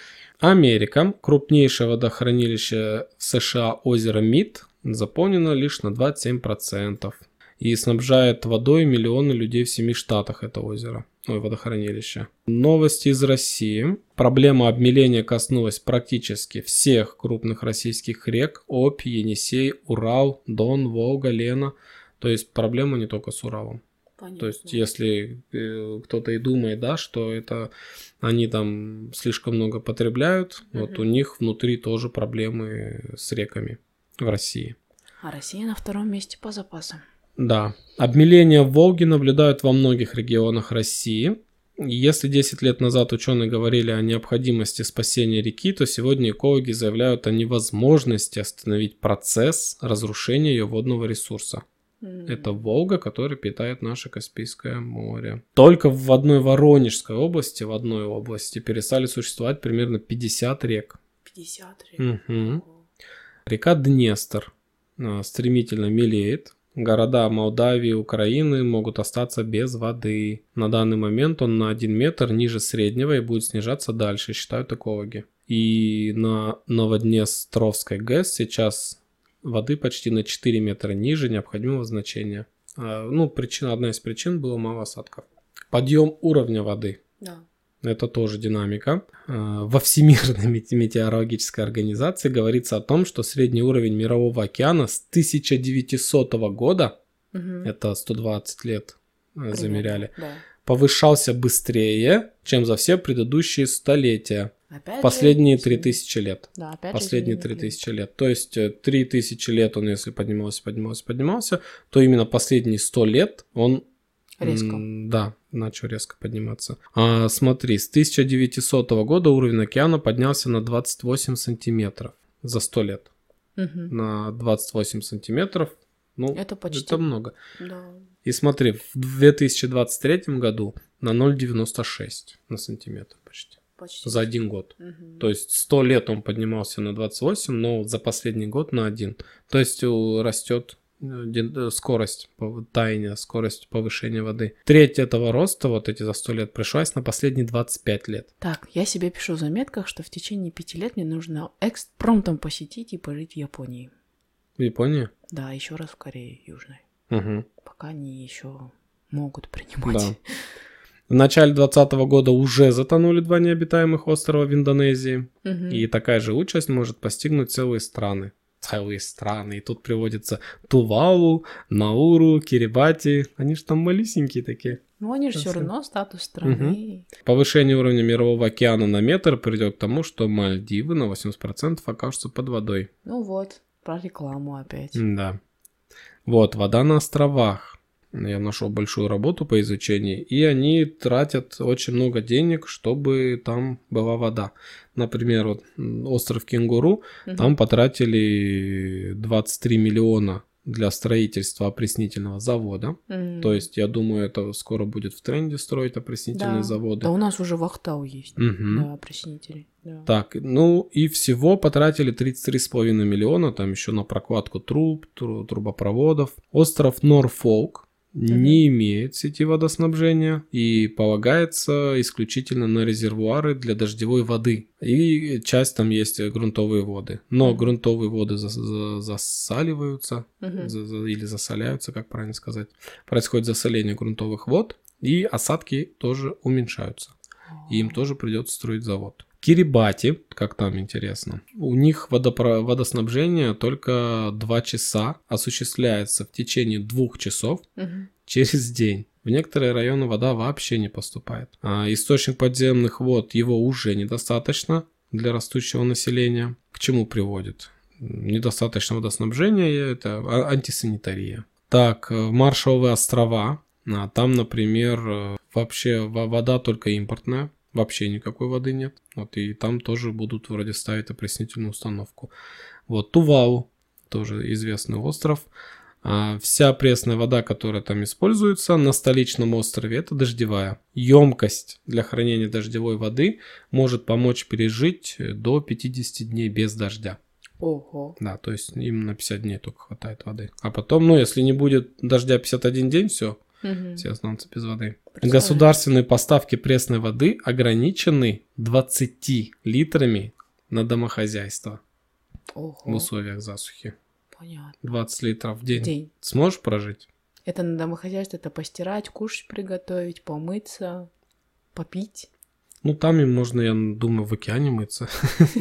Америка. Крупнейшее водохранилище в США озеро Мид заполнено лишь на 27%. И снабжает водой миллионы людей в 7 штатах это озеро, водохранилище. Новости из России. Проблема обмеления коснулась практически всех крупных российских рек: Обь, Енисей, Урал, Дон, Волга, Лена. То есть проблема не только с Уралом. Понятно. То есть если кто-то и думает, да, что это они там слишком много потребляют, вот у них внутри тоже проблемы с реками в России. А Россия на 2-м месте по запасам. Да. Обмеление в Волге наблюдают во многих регионах России. Если 10 лет назад ученые говорили о необходимости спасения реки, то сегодня экологи заявляют о невозможности остановить процесс разрушения ее водного ресурса. Это Волга, которая питает наше Каспийское море. Только в одной Воронежской области, перестали существовать примерно 50 рек. 50 рек? Река Днестр стремительно мелеет. Города Молдавии и Украины могут остаться без воды. На данный момент он на 1 метр ниже среднего и будет снижаться дальше, считают экологи. И на Новоднестровской ГЭС сейчас воды почти на 4 метра ниже необходимого значения. Одна из причин было мало осадков. Подъем уровня воды. Да. Это тоже динамика. Во Всемирной метеорологической организации говорится о том, что средний уровень Мирового океана с 1900 года, это 120 лет замеряли, повышался быстрее, чем за все предыдущие столетия. Последние 3000 лет. Да, последние 3000 лет. То есть 3000 лет он, если поднимался, то именно последние 100 лет он начал резко подниматься. Смотри, с 1900 года уровень океана поднялся на 28 сантиметров за 100 лет. На 28 сантиметров Ну, это почти... Это много. Да. И смотри, в 2023 году на 0,96 на сантиметр почти. За 1 год. Угу. То есть 100 лет он поднимался на 28, но за последний год на 1. То есть растет скорость таяния, скорость повышения воды. Треть этого роста, вот эти за 100 лет, пришлась на последние 25 лет. Так, я себе пишу в заметках, что в течение 5 лет мне нужно экспромтом посетить и пожить в Японии. В Японии? Да, еще раз в Корее Южной. Угу. Пока они еще могут принимать. Да. В начале 2020 года уже затонули 2 необитаемых острова в Индонезии. Угу. И такая же участь может постигнуть целые страны. Целые страны. И тут приводится Тувалу, Науру, Кирибати. Они же там малюсенькие такие. Ну, они же все равно статус страны. Угу. Повышение уровня Мирового океана на метр приведет к тому, что Мальдивы на 80% окажутся под водой. Ну вот, про рекламу опять. Да. Вот, вода на островах. Я нашел большую работу по изучению, и они тратят очень много денег, чтобы там была вода. Например, вот остров Кенгуру, там потратили 23 миллиона для строительства опреснительного завода. То есть, я думаю, это скоро будет в тренде строить опреснительные заводы. Да, у нас уже в Ахтау есть да, опреснители. Да. Так, ну и всего потратили 33,5 миллиона, там еще на прокладку труб, трубопроводов. Остров Норфолк не имеет сети водоснабжения и полагается исключительно на резервуары для дождевой воды. И часть там есть грунтовые воды. Но грунтовые воды засаливаются или засоляются, как правильно сказать. Происходит засоление грунтовых вод, и осадки тоже уменьшаются. И им тоже придется строить завод. Кирибати, как там интересно, у них водоснабжение только 2 часа осуществляется в течение 2 часов через день. В некоторые районы вода вообще не поступает. Источник подземных вод, его уже недостаточно для растущего населения. К чему приводит? Недостаточно водоснабжения – это антисанитария. Так, Маршалловы острова, там, например, вообще вода только импортная. Вообще никакой воды нет. Вот, и там тоже будут вроде ставить опреснительную установку. Вот Тувалу, тоже известный остров. Вся пресная вода, которая там используется на столичном острове, это дождевая. Емкость для хранения дождевой воды может помочь пережить до 50 дней без дождя. Ого. Да, то есть им на 50 дней только хватает воды. А потом, ну, если не будет дождя 51 день, все. Все останутся без воды. Государственные поставки пресной воды ограничены 20 литрами на домохозяйство. Ого. В условиях засухи. Понятно. 20 литров в день. Сможешь прожить? Это на домохозяйство, это постирать, кушать приготовить, помыться, попить. Ну, там им можно, я думаю, в океане мыться.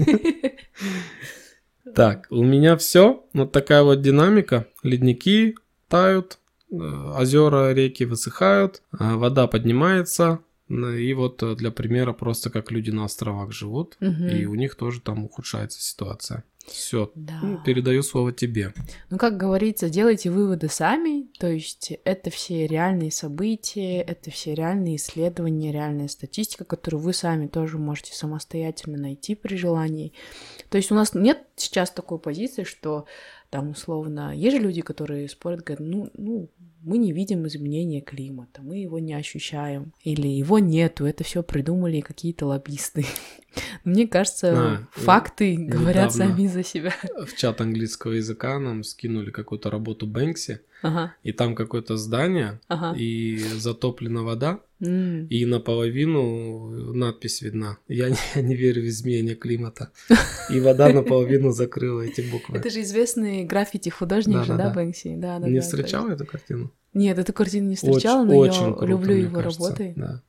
Так, у меня все. Вот такая вот динамика. Ледники тают. Озера, реки высыхают, вода поднимается, и вот для примера просто как люди на островах живут, и у них тоже там ухудшается ситуация. Все, передаю слово тебе. Ну, как говорится, делайте выводы сами, то есть это все реальные события, это все реальные исследования, реальная статистика, которую вы сами тоже можете самостоятельно найти при желании. То есть у нас нет сейчас такой позиции, что там условно, есть же люди, которые спорят, говорят, ну, мы не видим изменения климата, мы его не ощущаем, или его нету, это все придумали какие-то лоббисты. Мне кажется, факты говорят сами за себя. В чат английского языка нам скинули какую-то работу Бэнкси, и там какое-то здание, и затоплена вода, и наполовину надпись видна. Я не верю в изменение климата. И вода наполовину закрыла эти буквы. Это же известный граффити-художник же, да, Бэнкси? Да, не встречала эту картину? Нет, эту картину не встречала, но я люблю его работы. Да.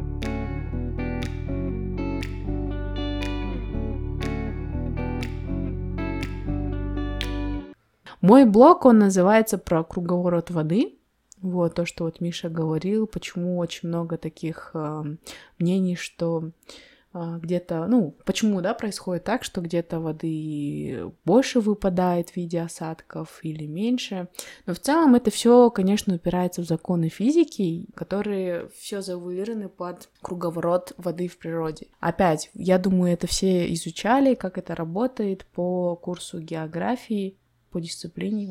Мой блог, он называется «Про круговорот воды». Вот то, что вот Миша говорил, почему очень много таких мнений, что где-то, ну, почему, да, происходит так, что где-то воды больше выпадает в виде осадков или меньше. Но в целом это все, конечно, упирается в законы физики, которые все завуалированы под круговорот воды в природе. Опять, я думаю, это все изучали, как это работает по курсу географии, по дисциплине,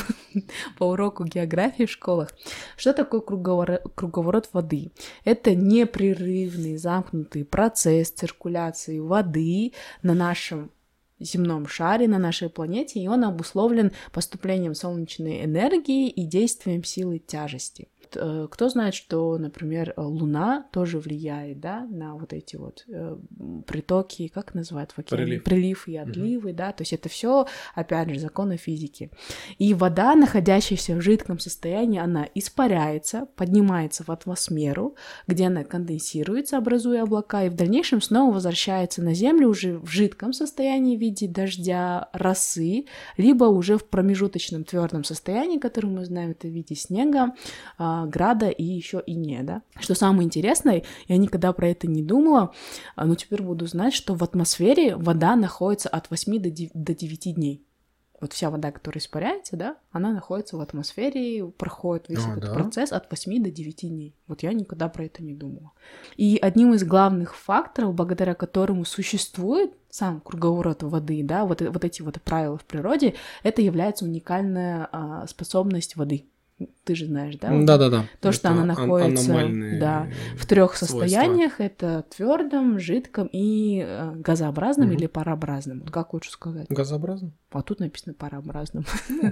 по уроку географии в школах. Что такое круговорот воды? Это непрерывный замкнутый процесс циркуляции воды на нашем земном шаре, на нашей планете, и он обусловлен поступлением солнечной энергии и действием силы тяжести. Кто знает, что, например, Луна тоже влияет, да, на вот эти вот притоки, как называют в океане? Прилив и отливы, да, то есть это все, опять же, законы физики. И вода, находящаяся в жидком состоянии, она испаряется, поднимается в атмосферу, где она конденсируется, образуя облака, и в дальнейшем снова возвращается на Землю уже в жидком состоянии в виде дождя, росы, либо уже в промежуточном твердом состоянии, которое мы знаем, это в виде снега, града и еще иния, да. Что самое интересное, я никогда про это не думала, но теперь буду знать, что в атмосфере вода находится от 8 до 9 дней. Вот вся вода, которая испаряется, да, она находится в атмосфере, проходит весь этот процесс от 8 до 9 дней. Вот я никогда про это не думала. И одним из главных факторов, благодаря которому существует сам круговорот воды, да, вот эти вот правила в природе, это является уникальная способность воды. Ты же знаешь, да? Да. То, что она находится в 3 состояниях: это твердом, жидком и газообразном или парообразном. Вот как лучше сказать? Газообразным. А тут написано парообразным.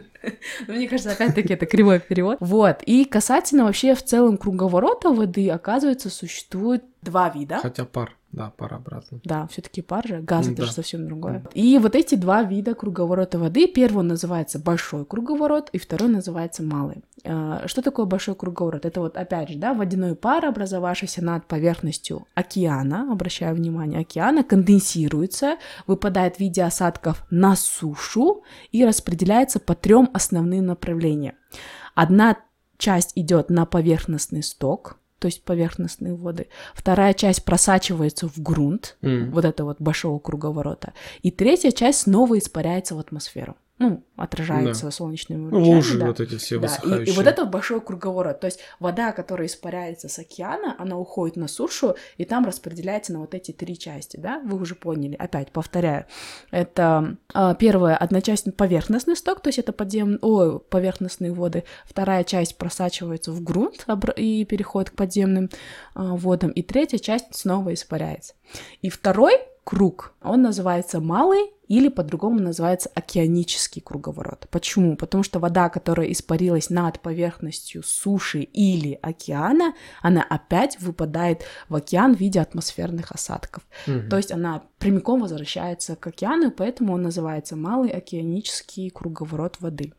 Мне кажется, опять-таки это кривой перевод. Вот. И касательно вообще в целом круговорота воды, оказывается, существует 2 вида. Хотя пар. Да, парообразно. Да, все-таки пар же, газ это же совсем другое. И вот эти 2 вида круговорота воды, первый называется большой круговорот, и второй называется малый. Что такое большой круговорот? Это вот опять же, да, водяной пар, образовавшийся над поверхностью океана, обращаю внимание, океана, конденсируется, выпадает в виде осадков на сушу и распределяется по 3 основным направлениям. Одна часть идет на поверхностный сток, то есть поверхностные воды. Вторая часть просачивается в грунт, вот это вот большого круговорота. И третья часть снова испаряется в атмосферу. Отражается солнечными лучами. Лужи вот эти все высыхающие. И вот это большой круговорот. То есть вода, которая испаряется с океана, она уходит на сушу, и там распределяется на вот эти 3 части, да? Вы уже поняли. Опять повторяю. Это первая, одна часть поверхностный сток, то есть это поверхностные воды. Вторая часть просачивается в грунт и переходит к подземным водам. И третья часть снова испаряется. И второй круг, он называется малый, или по-другому называется океанический круговорот. Почему? Потому что вода, которая испарилась над поверхностью суши или океана, она опять выпадает в океан в виде атмосферных осадков. То есть она прямиком возвращается к океану, поэтому он называется малый океанический круговорот воды.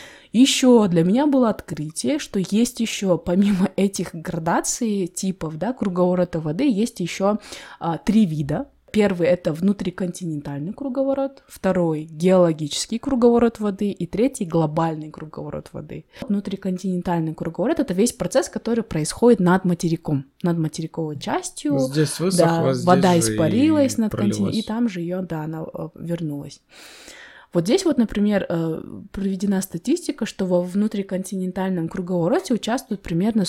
Еще для меня было открытие, что есть еще, помимо этих градаций, типов, да, круговорота воды, есть еще 3 вида. Первый — это внутриконтинентальный круговорот, второй — геологический круговорот воды, и третий — глобальный круговорот воды. Внутриконтинентальный круговорот — это весь процесс, который происходит над материком, над материковой частью. Здесь высохло, здесь вода испарилась над континентом, и там же ее, она вернулась. Вот здесь вот, например, проведена статистика, что во внутриконтинентальном круговороте участвует примерно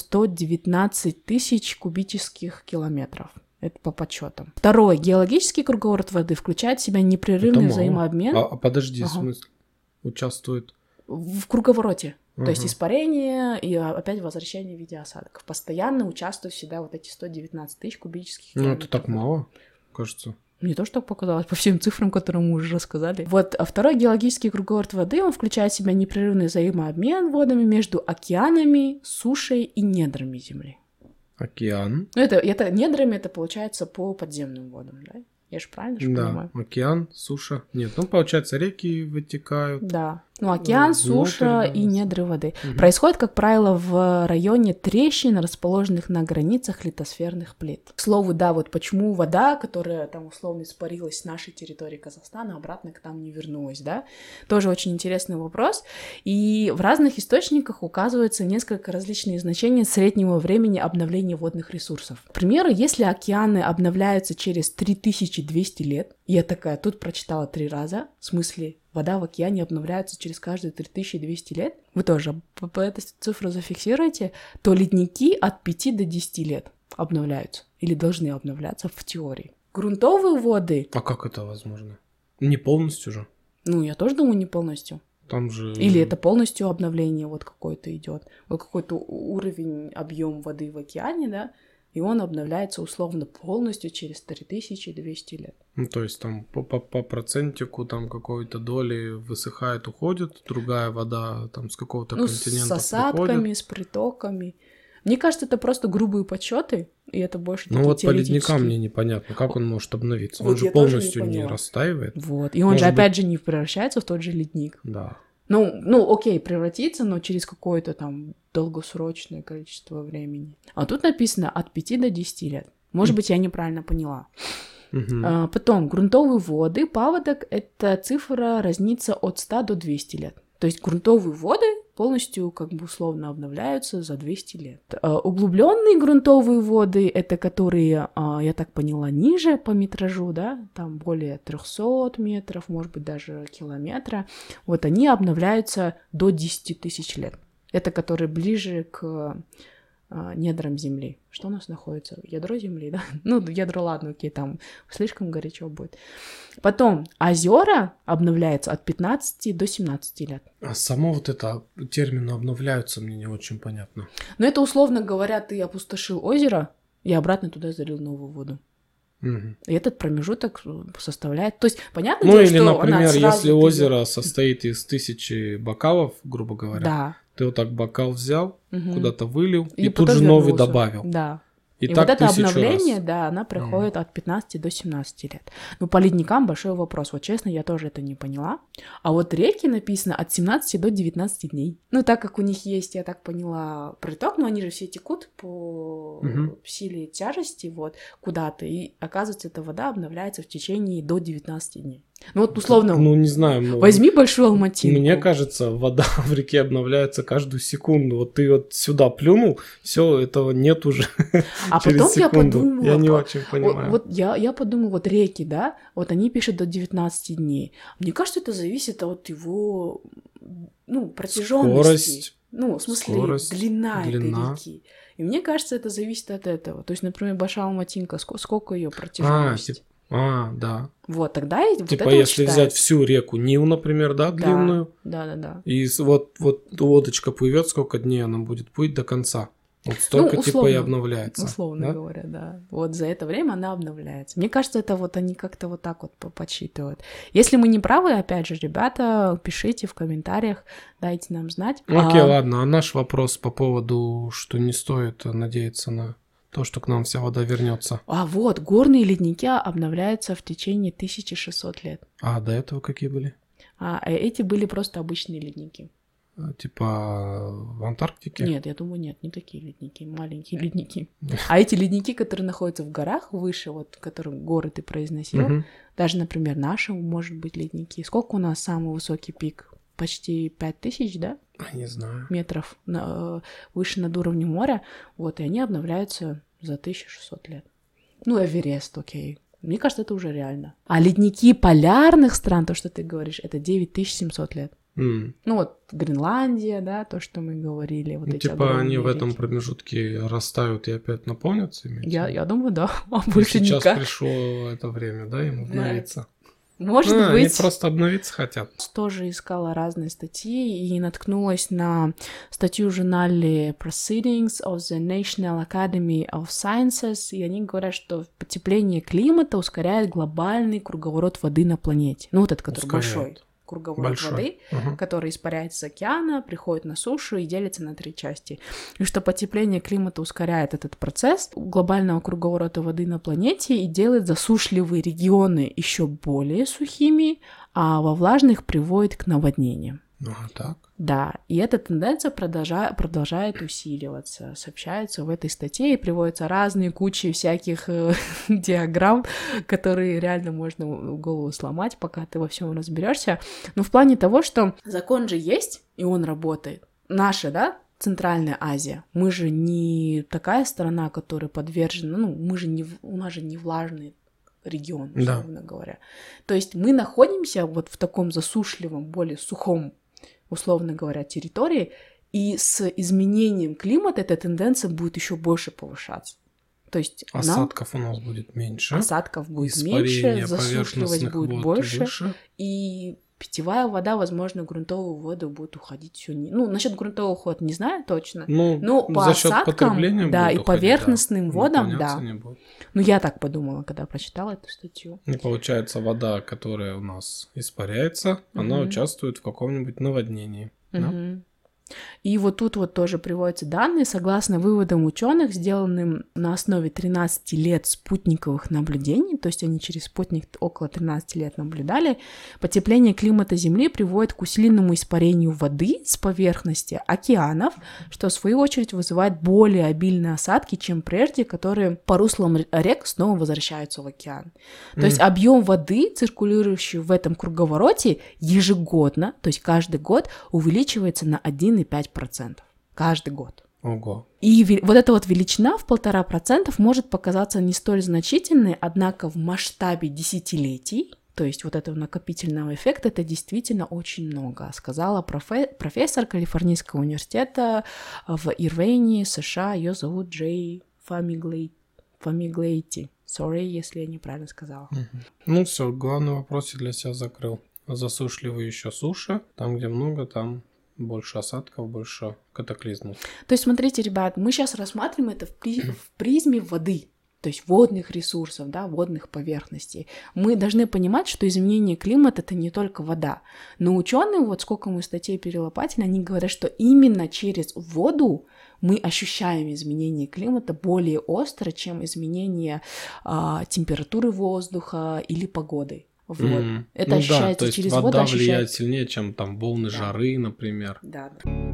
119 тысяч кубических километров. Это по подсчетам. Второй геологический круговорот воды включает в себя непрерывный взаимообмен. Подожди, в смысле? Участвует? В круговороте. То есть испарение и опять возвращение в виде осадков. Постоянно участвуют всегда вот эти 119 тысяч кубических километров. Это так мало, кажется. Мне тоже так показалось, по всем цифрам, которые мы уже рассказали. Вот, а второй геологический круговорот воды, он включает в себя непрерывный взаимообмен водами между океанами, сушей и недрами Земли. Океан. Это недрами, это получается по подземным водам, да? Я же правильно понимаю? Да, океан, суша. Нет, получается, реки вытекают. Да. Океан, суша и недры воды. Происходит, как правило, в районе трещин, расположенных на границах литосферных плит. К слову, да, вот почему вода, которая там условно испарилась с нашей территории Казахстана, обратно к нам не вернулась, да? Тоже очень интересный вопрос. И в разных источниках указывается несколько различных значений среднего времени обновления водных ресурсов. К примеру, если океаны обновляются через 3200 лет, я такая тут прочитала 3 раза, в смысле, вода в океане обновляется через каждые 3200 лет, вы тоже по этой цифру зафиксируете, то ледники от 5 до 10 лет обновляются или должны обновляться в теории. Грунтовые воды... А как это возможно? Не полностью же? Я тоже думаю, не полностью. там же... Или это полностью обновление вот какое-то идет, вот какой-то уровень, объем воды в океане, да, и он обновляется условно полностью через 3200 лет. Ну, то есть там по процентику там какой-то доли высыхает, уходит, другая вода там с какого-то континента с осадками, приходит. с притоками. Мне кажется, это просто грубые подсчеты, и это больше такие вот по ледникам теоретические. мне непонятно, как он может обновиться. Вот Он же я тоже полностью не поняла. растаивает. Вот, и он же опять же не превращается в тот же ледник. Да. Ну, окей, превратится, но через какое-то там долгосрочное количество времени. А тут написано от 5 до 10 лет. Может быть, я неправильно поняла. Потом, грунтовые воды, паводок, эта цифра разнится от 100 до 200 лет. То есть грунтовые воды полностью как бы условно обновляются за 200 лет. Углубленные грунтовые воды, это которые, я так поняла, ниже по метражу, да, там более 300 метров, может быть, даже километра, вот они обновляются до 10 тысяч лет. Это которые ближе к недрам Земли. Что у нас находится? Ядро Земли, да? Ну, ядро, ладно, окей, там слишком горячо будет. Потом озера обновляются от 15 до 17 лет. А само вот это термин обновляются мне не очень понятно. Но это, условно говоря, ты опустошил озеро и обратно туда залил новую воду. И этот промежуток составляет... То есть, понятно, ну, дело, или, что например, если пьёт. озеро состоит из 1000 бокалов, грубо говоря, да. ты вот так бокал взял, куда-то вылил и тут потом же новый вернулся. добавил. Да. И так вот это обновление, раз. Да, она приходит от 15 до 17 лет. Но по ледникам большой вопрос. Вот честно, я тоже это не поняла. А вот реки написано от 17 до 19 дней. Ну, так как у них есть, я так поняла, приток, но они же все текут по силе тяжести вот куда-то. И, оказывается, эта вода обновляется в течение до 19 дней. Ну, вот условно, ну, не знаю, возьми большую алматинку. Мне кажется, вода в реке обновляется каждую секунду. Вот ты вот сюда плюнул, все, этого нет уже. А через потом секунду. я подумала... Я не очень понимаю. Вот я подумала, вот реки, да, вот они пишут до 19 дней. Мне кажется, это зависит от его, ну, протяженности. Скорость. Ну, в смысле, скорость, длина этой реки. И мне кажется, это зависит от этого. То есть, например, Большая Алматинка, сколько ее протяженность? Да. Вот, тогда типа, вот если взять всю реку Нил, например, да, длинную. Да. И вот лодочка плывет, сколько дней она будет плыть до конца. Вот столько, условно, типа, и обновляется. Условно говоря, да. Вот за это время она обновляется. Мне кажется, это вот они как-то вот так вот подсчитывают. Если мы не правы, опять же, ребята, пишите в комментариях, дайте нам знать. Окей, ладно. А наш вопрос по поводу, что не стоит надеяться на то, что к нам вся вода вернется. А вот, горные ледники обновляются в течение 1600 лет. А до этого какие были? Эти были просто обычные ледники. Типа в Антарктике? Нет, я думаю, нет, не такие ледники, маленькие ледники. А эти ледники, которые находятся в горах выше, вот, которые горы ты произносил, даже, например, наши, может быть, ледники. Сколько у нас самый высокий пик? Почти 5000, да? Не знаю. Метров выше над уровнем моря. Вот, и они обновляются за 1600 лет. Ну, Эверест, окей. Мне кажется, это уже реально. А ледники полярных стран, то, что ты говоришь, это 9700 лет. Ну вот Гренландия, да, то, что мы говорили. Вот эти типа они в этом промежутке растают и опять наполнятся? Я думаю, да. А больше сейчас никак. пришло это время, да, им обновиться? Может быть. Они просто обновиться хотят. Тоже искала разные статьи и наткнулась на статью в журнале Proceedings of the National Academy of Sciences, и они говорят, что потепление климата ускоряет глобальный круговорот воды на планете. Ну вот этот, который большой круговорот воды, который испаряется с океана, приходит на сушу и делится на 3 части. И что потепление климата ускоряет этот процесс глобального круговорота воды на планете и делает засушливые регионы еще более сухими, а во влажных приводит к наводнениям. Так. Да, и эта тенденция продолжает усиливаться. Сообщается в этой статье и приводятся разные кучи всяких диаграмм, которые реально можно голову сломать, пока ты во всем разберешься. Но в плане того, что закон же есть, и он работает. Наша, да, Центральная Азия. Мы же не такая страна, которая подвержена, у нас же не влажный регион, условно говоря. То есть мы находимся вот в таком засушливом, более сухом, условно говоря, территории, и с изменением климата эта тенденция будет еще больше повышаться. То есть осадков у нас будет меньше. Осадков будет меньше, засушливость будет больше. И Питьевая вода, возможно, грунтовую воду будет уходить все. Насчет грунтового ухода не знаю точно. Но по за счет потребления да, и уходить, поверхностным водам, да. Я так подумала, когда прочитала эту статью. И получается, вода, которая у нас испаряется, она участвует в каком-нибудь наводнении. Да? И вот тут вот тоже приводятся данные, согласно выводам ученых, сделанным на основе 13 лет спутниковых наблюдений, то есть они через спутник около 13 лет наблюдали, потепление климата Земли приводит к усиленному испарению воды с поверхности океанов, что в свою очередь вызывает более обильные осадки, чем прежде, которые по руслам рек снова возвращаются в океан. То есть объем воды, циркулирующий в этом круговороте, ежегодно, то есть каждый год, увеличивается на 1,5%. Каждый год. Ого. И вот эта вот величина в 1,5% может показаться не столь значительной, однако в масштабе десятилетий, то есть вот этого накопительного эффекта, это действительно очень много, сказала профессор Калифорнийского университета в Ирвине, США. Ее зовут Джей Фамиглейти. Sorry, если я неправильно сказала. Ну все, главный вопрос я для себя закрыл. Засушливые еще суши, там, где много, там больше осадков, больше катаклизмов. То есть, смотрите, ребят, мы сейчас рассматриваем это в призме воды, то есть водных ресурсов, да, водных поверхностей. Мы должны понимать, что изменение климата — это не только вода. Но ученые, вот сколько мы статей перелопатили, они говорят, что именно через воду мы ощущаем изменение климата более остро, чем изменение температуры воздуха или погоды. Вот. Это ощущается то есть через вода воду. Вода влияет сильнее, чем там волны жары, например. Да.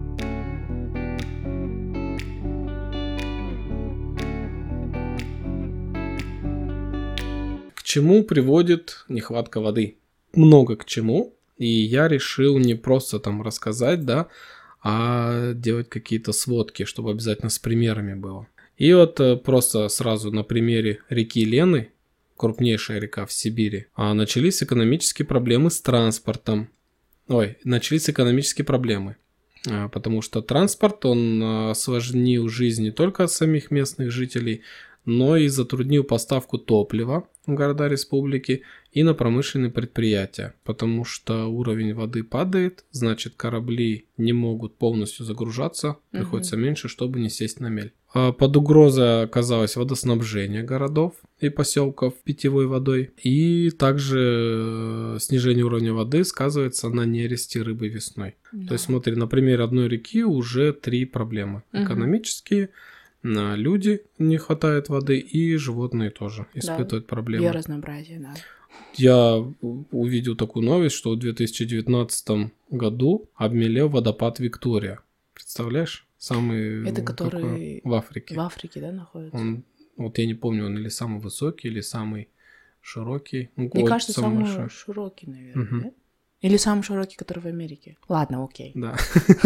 К чему приводит нехватка воды? Много к чему. И я решил не просто там рассказать, да, а делать какие-то сводки, чтобы обязательно с примерами было. И вот просто сразу на примере реки Лены, крупнейшая река в Сибири, начались экономические проблемы с транспортом. Начались экономические проблемы, потому что транспорт, он осложнил жизнь не только самих местных жителей, но и затруднил поставку топлива в города республики и на промышленные предприятия, потому что уровень воды падает, значит корабли не могут полностью загружаться, приходится меньше, чтобы не сесть на мель. Под угрозой оказалось водоснабжение городов и поселков питьевой водой, и также снижение уровня воды сказывается на нересте рыбы весной. Да. То есть смотри, на примере одной реки уже 3 проблемы. Экономические, люди не хватает воды, и животные тоже испытывают проблемы. Биоразнообразие, да. Я увидел такую новость, что в 2019 году обмелел водопад Виктория. Представляешь? Самый... Это который в Африке. В Африке, да, находится? Вот я не помню, он или самый высокий, или самый широкий. Мне кажется, самый широкий, наверное, да? Или самый широкий, который в Америке. Ладно, окей. Да.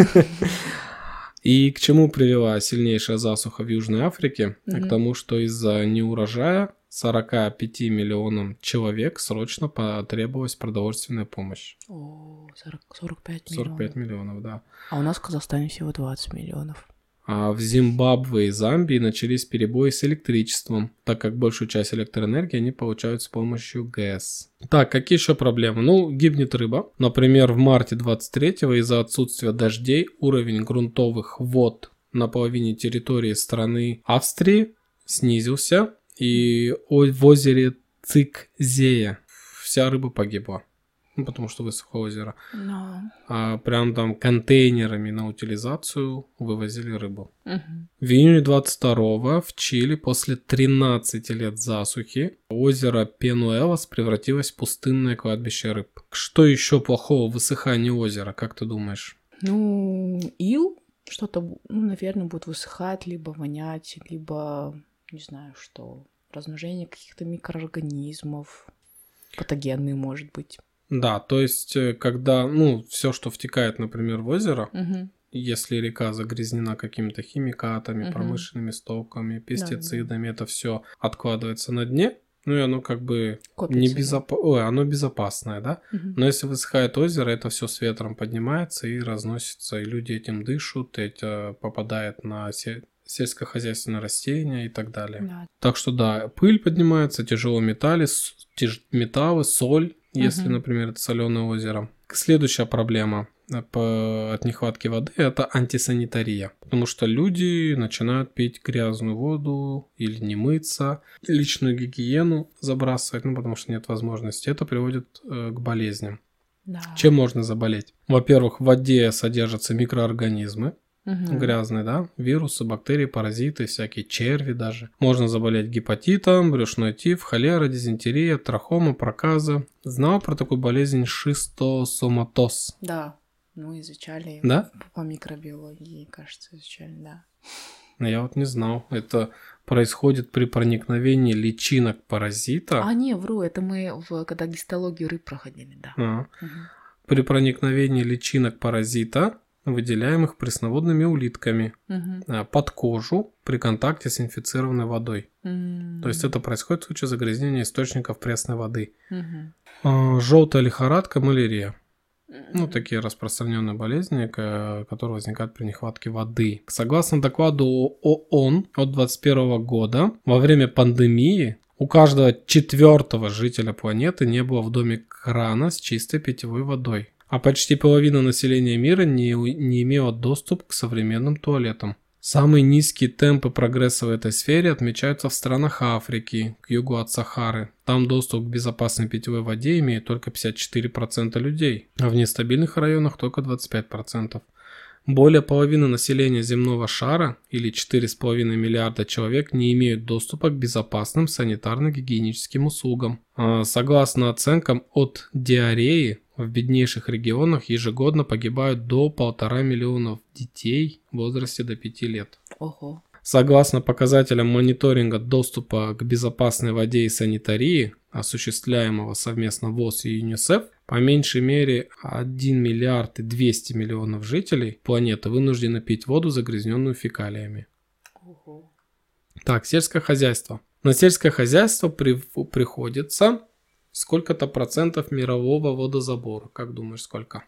И к чему привела сильнейшая засуха в Южной Африке? К тому, что из-за неурожая 45 миллионам человек срочно потребовалась продовольственная помощь. О, 45 миллионов. 45 миллионов, да. А у нас в Казахстане всего 20 миллионов. А в Зимбабве и Замбии начались перебои с электричеством, так как большую часть электроэнергии они получают с помощью ГЭС. Так, какие еще проблемы? Гибнет рыба. Например, в марте 23-го из-за отсутствия дождей уровень грунтовых вод на половине территории страны Австрии снизился, и в озере Цикзея вся рыба погибла. Потому что высохло озеро. Прям там контейнерами на утилизацию вывозили рыбу. В июне 22-го в Чили после 13 лет засухи озеро Пенуэлос превратилось в пустынное кладбище рыб. Что еще плохого в высыхании озера, как ты думаешь? Ил что-то, наверное, будет высыхать, либо вонять, либо, не знаю что, размножение каких-то микроорганизмов, патогенные, может быть. Да, то есть, когда, все, что втекает, например, в озеро, если река загрязнена какими-то химикатами, промышленными стоками, пестицидами, это все откладывается на дне, и оно как бы оно безопасное, да? Но если высыхает озеро, это все с ветром поднимается и разносится, и люди этим дышат, это попадает на сельскохозяйственные растения и так далее. Да. Так что да, пыль поднимается, тяжелые металлы, соль, если, например, это соленое озеро. Следующая проблема от нехватки воды – это антисанитария. Потому что люди начинают пить грязную воду или не мыться, личную гигиену забрасывать, потому что нет возможности. Это приводит к болезням. Да. Чем можно заболеть? Во-первых, в воде содержатся микроорганизмы, грязные, да, вирусы, бактерии, паразиты, всякие черви даже. Можно заболеть гепатитом, брюшной тиф, холера, дизентерия, трахома, проказа. Знал про такую болезнь шистосоматоз? Да, мы изучали, да? По микробиологии, кажется, изучали, да. Я вот не знал. Это происходит при проникновении личинок паразита. Не, вру, это мы когда гистологию рыб проходили, да. При проникновении личинок паразита, выделяемых пресноводными улитками, под кожу при контакте с инфицированной водой. То есть это происходит в случае загрязнения источников пресной воды. Желтая лихорадка, малярия. Такие распространенные болезни, которые возникают при нехватке воды. Согласно докладу ООН от 2021 года, во время пандемии у каждого 4-го жителя планеты не было в доме крана с чистой питьевой водой. А почти половина населения мира не имела доступ к современным туалетам. Самые низкие темпы прогресса в этой сфере отмечаются в странах Африки, к югу от Сахары. Там доступ к безопасной питьевой воде имеют только 54% людей, а в нестабильных районах только 25%. Более половины населения земного шара, или 4,5 миллиарда человек, не имеют доступа к безопасным санитарно-гигиеническим услугам. Согласно оценкам, от диареи в беднейших регионах ежегодно погибают до 1,5 миллиона детей в возрасте до 5 лет. Ого. Согласно показателям мониторинга доступа к безопасной воде и санитарии, осуществляемого совместно ВОЗ и ЮНИСЕФ, по меньшей мере 1 миллиард и 200 миллионов жителей планеты вынуждены пить воду, загрязненную фекалиями. Ого. Так, сельское хозяйство. На сельское хозяйство приходится сколько-то процентов мирового водозабора. Как думаешь, сколько?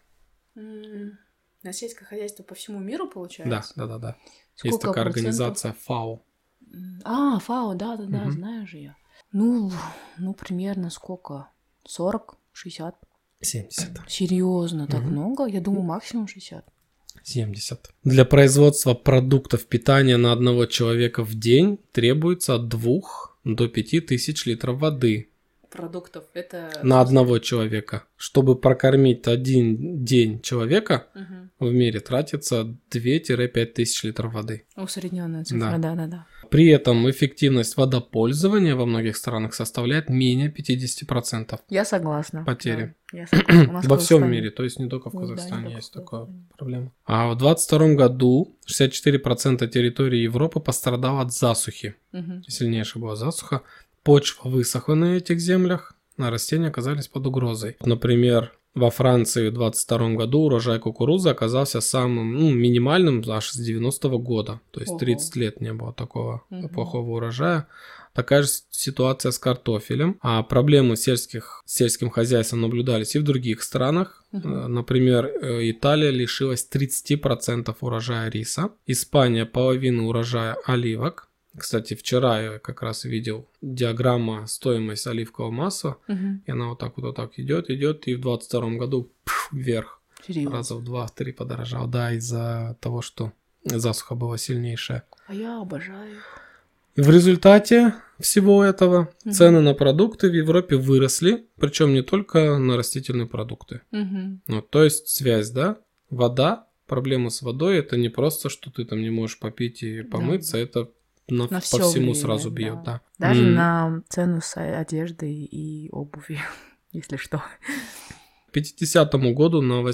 На сельское хозяйство по всему миру, получается? Да. Сколько есть такая процентов? организация ФАО. ФАО, да, знаю же я. Примерно сколько? 40, 60? 70. Серьезно, так много? Я думаю, максимум 60. 70. Для производства продуктов питания на одного человека в день требуется от 2 до 5 тысяч литров воды. Продуктов это... На одного человека. Чтобы прокормить один день человека, в мире тратится 2-5 тысяч литров воды. Усредненная цифра, да. При этом эффективность водопользования во многих странах составляет менее 50%. Я согласна. Потери. Да, я согласна. Во всем мире, то есть не только в Казахстане есть такая проблема. А в 2022 году 64% территории Европы пострадало от засухи. Сильнейшая была засуха. Почва высохла на этих землях, а растения оказались под угрозой. Например, во Франции в 2022 году урожай кукурузы оказался самым минимальным аж с 90-го года. То есть 30 лет не было такого плохого урожая. Такая же ситуация с картофелем. А проблемы с сельским хозяйством наблюдались и в других странах. Например, Италия лишилась 30% урожая риса. Испания половину урожая оливок. Кстати, вчера я как раз видел диаграмма стоимость оливкового масла, и она вот так идет, и в 2022 году вверх. Серьезно? Раза в 2-3 подорожал, из-за того, что засуха была сильнейшая. А я обожаю. В результате всего этого цены на продукты в Европе выросли, причем не только на растительные продукты. То есть связь, да? Вода, проблема с водой, это не просто, что ты там не можешь попить и помыться, это по всему сразу бьет, да. Даже на цену одежды и обуви, если что. К 50 году на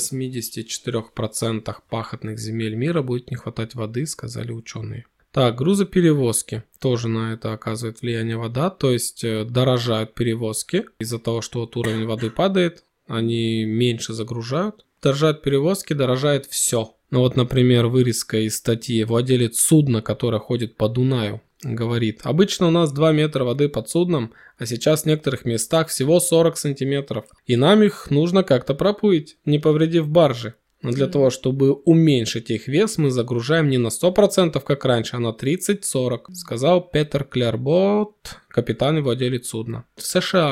84% пахотных земель мира будет не хватать воды, сказали ученые. Так, грузоперевозки. Тоже на это оказывает влияние вода, то есть дорожают перевозки. Из-за того, что вот уровень воды падает, они меньше загружают. Дорожают перевозки, дорожает все. Например, вырезка из статьи. Владелец судна, которое ходит по Дунаю, говорит: обычно у нас 2 метра воды под судном, а сейчас в некоторых местах всего 40 сантиметров. И нам их нужно как-то проплыть, не повредив баржи. Но для того, чтобы уменьшить их вес, мы загружаем не на 100%, как раньше, а на 30-40, сказал Петер Клербот, капитан и владелец судна. В США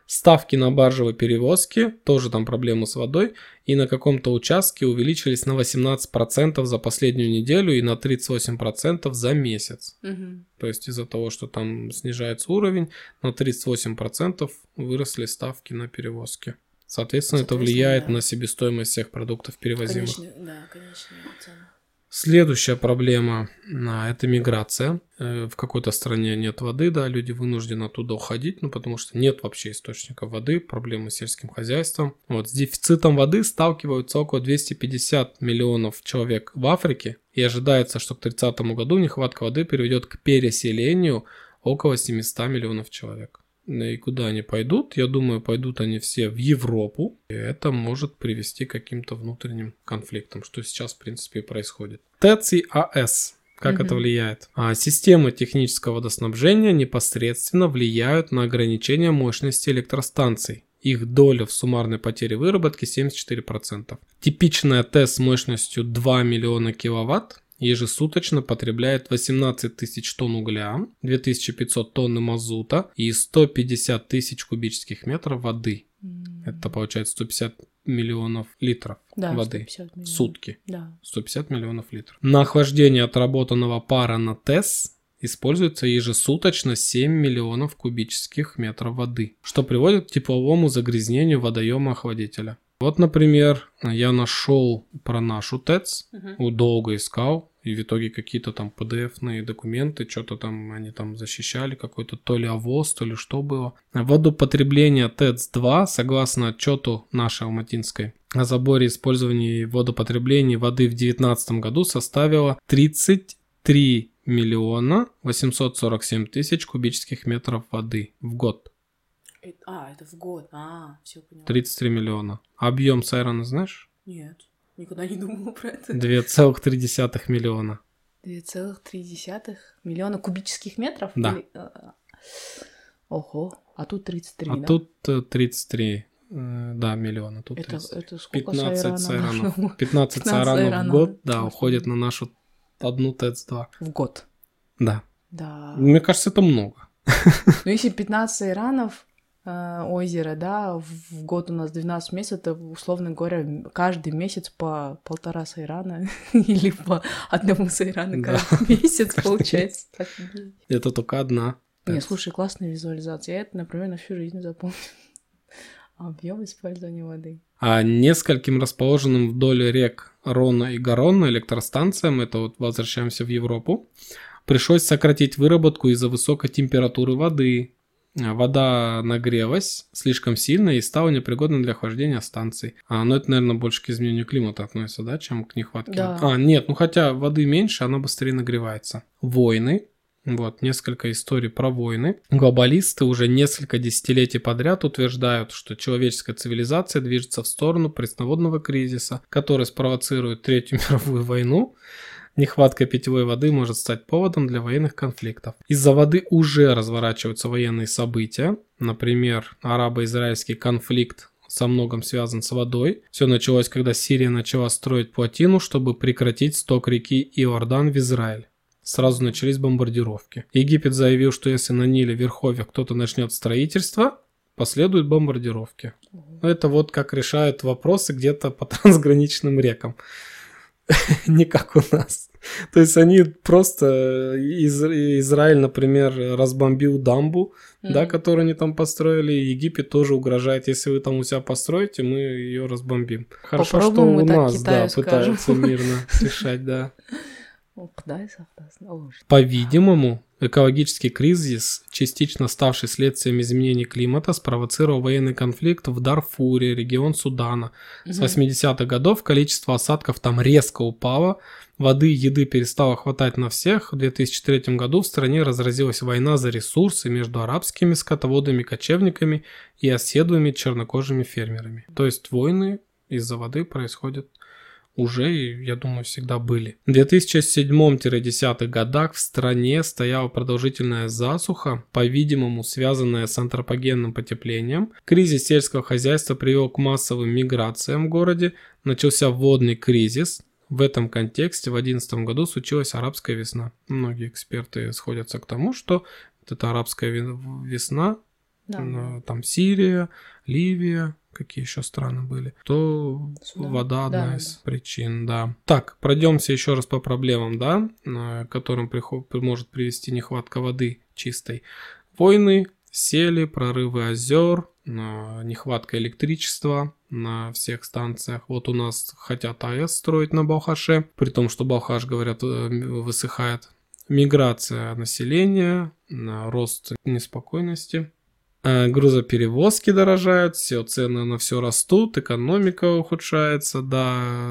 Ставки на баржевые перевозки, тоже там проблемы с водой, и на каком-то участке увеличились на 18% за последнюю неделю и на 38% за месяц. То есть из-за того, что там снижается уровень, на 38% выросли ставки на перевозки. Соответственно, это влияет на себестоимость всех продуктов перевозимых. Конечно, цена. Следующая проблема – это миграция. В какой-то стране нет воды, да, люди вынуждены оттуда уходить, потому что нет вообще источников воды, проблемы с сельским хозяйством. Вот, с дефицитом воды сталкиваются около 250 миллионов человек в Африке, и ожидается, что к 30 году нехватка воды приведет к переселению около 700 миллионов человек. И куда они пойдут? Я думаю, пойдут они все в Европу. И это может привести к каким-то внутренним конфликтам, что сейчас, в принципе, и происходит. ТЭЦ и АЭС. Как это влияет? Системы технического водоснабжения непосредственно влияют на ограничение мощности электростанций. Их доля в суммарной потере выработки 74%. Типичная ТЭС с мощностью 2 миллиона киловатт ежесуточно потребляет 18 тысяч тонн угля, 2500 тонн мазута и 150 тысяч кубических метров воды. Это получается 150 миллионов литров воды в сутки. 150 миллионов литров. На охлаждение отработанного пара на ТЭС используется ежесуточно 7 миллионов кубических метров воды, что приводит к тепловому загрязнению водоема охладителя. Вот, например, я нашел про нашу ТЭЦ, долго искал, и в итоге какие-то там PDF-ные документы, что-то там они там защищали, какой-то то ли ОВОЗ, то ли что было. Водопотребление ТЭЦ-2, согласно отчету нашей алматинской о заборе использования и водопотреблении воды в 2019 году составило 33 миллиона 847 тысяч кубических метров воды в год. Это в год. Все поняла. 33 миллиона. Объем Сайрана знаешь? Нет, никогда не думала про это. 2,3 миллиона. 2,3 миллиона кубических метров? Да. Ого, а тут 33, да? Тут 33, да, миллиона. Тут это сколько 15 сайранов. 15 сайранов в год, да, уходит на нашу одну ТЭЦ-2. В год? Да. Да. Мне кажется, это много. Ну, если 15 сайранов озеро, да, в год у нас 12 месяцев, это, условно говоря, каждый месяц по 1,5 сайрана или по 1 сайрана каждый месяц получается. Это только одна. Не, слушай, классная визуализация. Я это, например, на всю жизнь запомню. Объем использования воды. А нескольким расположенным вдоль рек Рона и Гаронна электростанциям, это вот возвращаемся в Европу, пришлось сократить выработку из-за высокой температуры воды. Вода нагрелась слишком сильно и стала непригодной для охлаждения станций. Но это, наверное, больше к изменению климата относится, да, чем к нехватке. Да. Нет, хотя воды меньше, она быстрее нагревается. Войны. Вот, несколько историй про войны. Глобалисты уже несколько десятилетий подряд утверждают, что человеческая цивилизация движется в сторону пресноводного кризиса, который спровоцирует Третью мировую войну. Нехватка питьевой воды может стать поводом для военных конфликтов. Из-за воды уже разворачиваются военные события. Например, арабо-израильский конфликт со многом связан с водой. Все началось, когда Сирия начала строить плотину, чтобы прекратить сток реки Иордан в Израиль. Сразу начались бомбардировки. Египет заявил, что если на Ниле в верховьях кто-то начнет строительство, последуют бомбардировки. Это вот как решают вопросы где-то по трансграничным рекам. Не как у нас. То есть они просто... Израиль, например, разбомбил дамбу, да, которую они там построили. И Египет тоже угрожает, если вы там у себя построите, мы ее разбомбим. Хорошо, что у нас, да, пытаются мирно решать, да. По-видимому, экологический кризис, частично ставший следствием изменений климата, спровоцировал военный конфликт в Дарфуре, регион Судана. С 80-х годов количество осадков там резко упало, воды и еды перестало хватать на всех. В 2003 году в стране разразилась война за ресурсы между арабскими скотоводами-кочевниками и оседлыми чернокожими фермерами. То есть войны из-за воды происходят уже, я думаю, всегда были. В 2007-10 годах в стране стояла продолжительная засуха, по-видимому, связанная с антропогенным потеплением. Кризис сельского хозяйства привел к массовым миграциям в городе, начался водный кризис. В этом контексте в 2011 году случилась арабская весна. Многие эксперты сходятся к тому, что вот эта арабская весна там Сирия, Ливия, какие еще страны были, то вода одна из причин, да. Так, пройдемся еще раз по проблемам, да, к которым может привести нехватка воды чистой. Войны, сели, прорывы озер, нехватка электричества на всех станциях. Вот у нас хотят АЭС строить на Балхаше, при том, что Балхаш, говорят, высыхает. Миграция населения, рост неспокойности. Грузоперевозки дорожают, все цены на все растут, экономика ухудшается, да,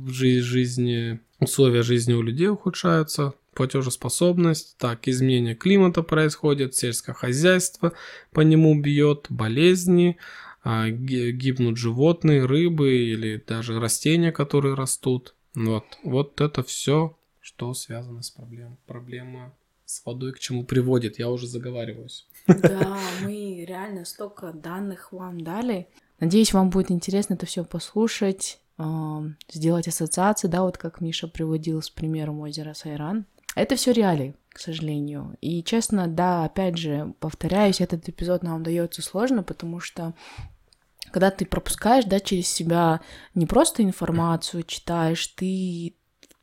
условия жизни у людей ухудшаются, платежеспособность, так, изменение климата происходит, сельское хозяйство по нему бьет, болезни, гибнут животные, рыбы или даже растения, которые растут. Вот это все, что связано с проблемой. Проблема с водой к чему приводит, я уже заговариваюсь. Да, мы реально столько данных вам дали. Надеюсь, вам будет интересно это все послушать, сделать ассоциации, да, вот как Миша приводил с примером озера Сайран. Это все реалии, к сожалению. И честно, да, опять же, повторяюсь, этот эпизод нам дается сложно, потому что когда ты пропускаешь, да, через себя не просто информацию читаешь, ты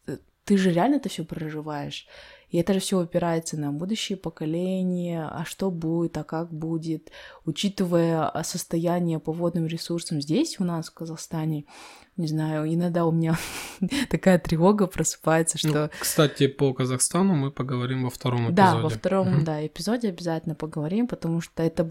же реально это все проживаешь. И это же все опирается на будущее поколение, а что будет, а как будет, учитывая состояние по водным ресурсам здесь у нас, в Казахстане. Не знаю, иногда у меня такая тревога просыпается, что... Кстати, по Казахстану мы поговорим во втором эпизоде. Да, во втором эпизоде обязательно поговорим, потому что это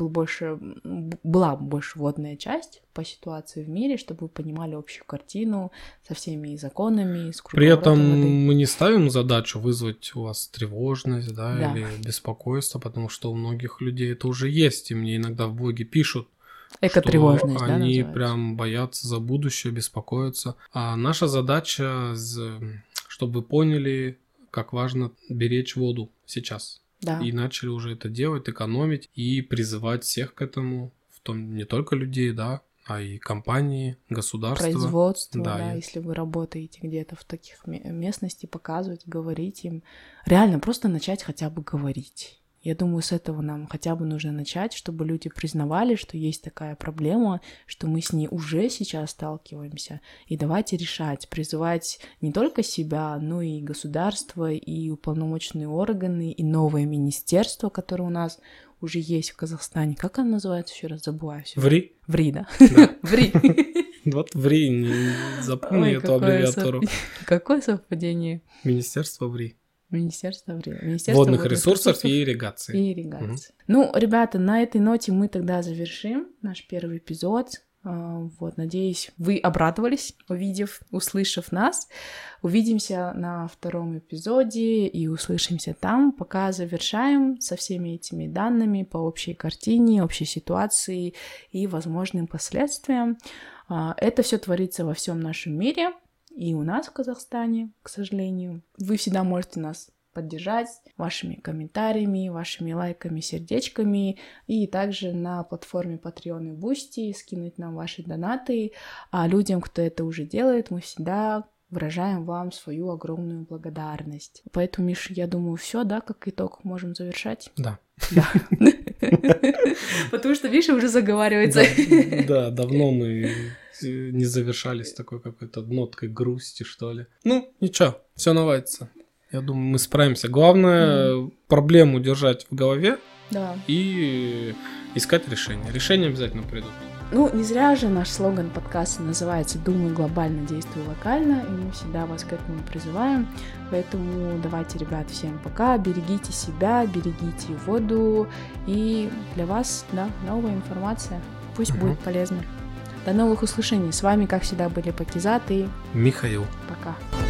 была больше водная часть по ситуации в мире, чтобы вы понимали общую картину со всеми законами, с При этом воды. Мы не ставим задачу вызвать у вас тревожность, да, или беспокойство, потому что у многих людей это уже есть, и мне иногда в блоге пишут, экотревожность, что да, они называется? прям боятся за будущее, беспокоятся. А наша задача, чтобы вы поняли, как важно беречь воду сейчас. Да. И начали уже это делать, экономить и призывать всех к этому, в том не только людей, да, а и компании, государства. Производство, да, если вы работаете где-то в таких местностях, показывать, говорить им. Реально, просто начать хотя бы говорить. Я думаю, с этого нам хотя бы нужно начать, чтобы люди признавали, что есть такая проблема, что мы с ней уже сейчас сталкиваемся. И давайте решать, призывать не только себя, но и государство, и уполномоченные органы, и новое министерство, которое у нас уже есть в Казахстане. Как оно называется? Еще раз забываю. ВРИ. ВРИ, да. ВРИ. Вот ВРИ, не запомни эту аббревиатуру. Какое совпадение? Министерство ВРИ. Министерство водных ресурсов и ирригации. Ну, ребята, на этой ноте мы тогда завершим наш первый эпизод. Вот, надеюсь, вы обрадовались, услышав нас. Увидимся на втором эпизоде и услышимся там. Пока завершаем со всеми этими данными по общей картине, общей ситуации и возможным последствиям. Это все творится во всем нашем мире. И у нас в Казахстане, к сожалению. Вы всегда можете нас поддержать вашими комментариями, вашими лайками, сердечками. И также на платформе Patreon и Boosty скинуть нам ваши донаты. А людям, кто это уже делает, мы всегда выражаем вам свою огромную благодарность. Поэтому, Миша, я думаю, все, да, как итог можем завершать? Да. Потому что, Миша уже заговаривается. Да, давно мы не завершали с такой какой-то ноткой грусти, что ли. Ну, ничего, все наладится. Я думаю, мы справимся. Главное, проблему держать в голове и искать решения. Решения обязательно придут. Ну, не зря же наш слоган подкаста называется «Думай глобально, действуй локально», и мы всегда вас к этому призываем. Поэтому давайте, ребят, всем пока, берегите себя, берегите воду, и для вас, да, новая информация. Пусть будет полезна. До новых услышаний. С вами, как всегда, были Пакизат и Михаил. Пока.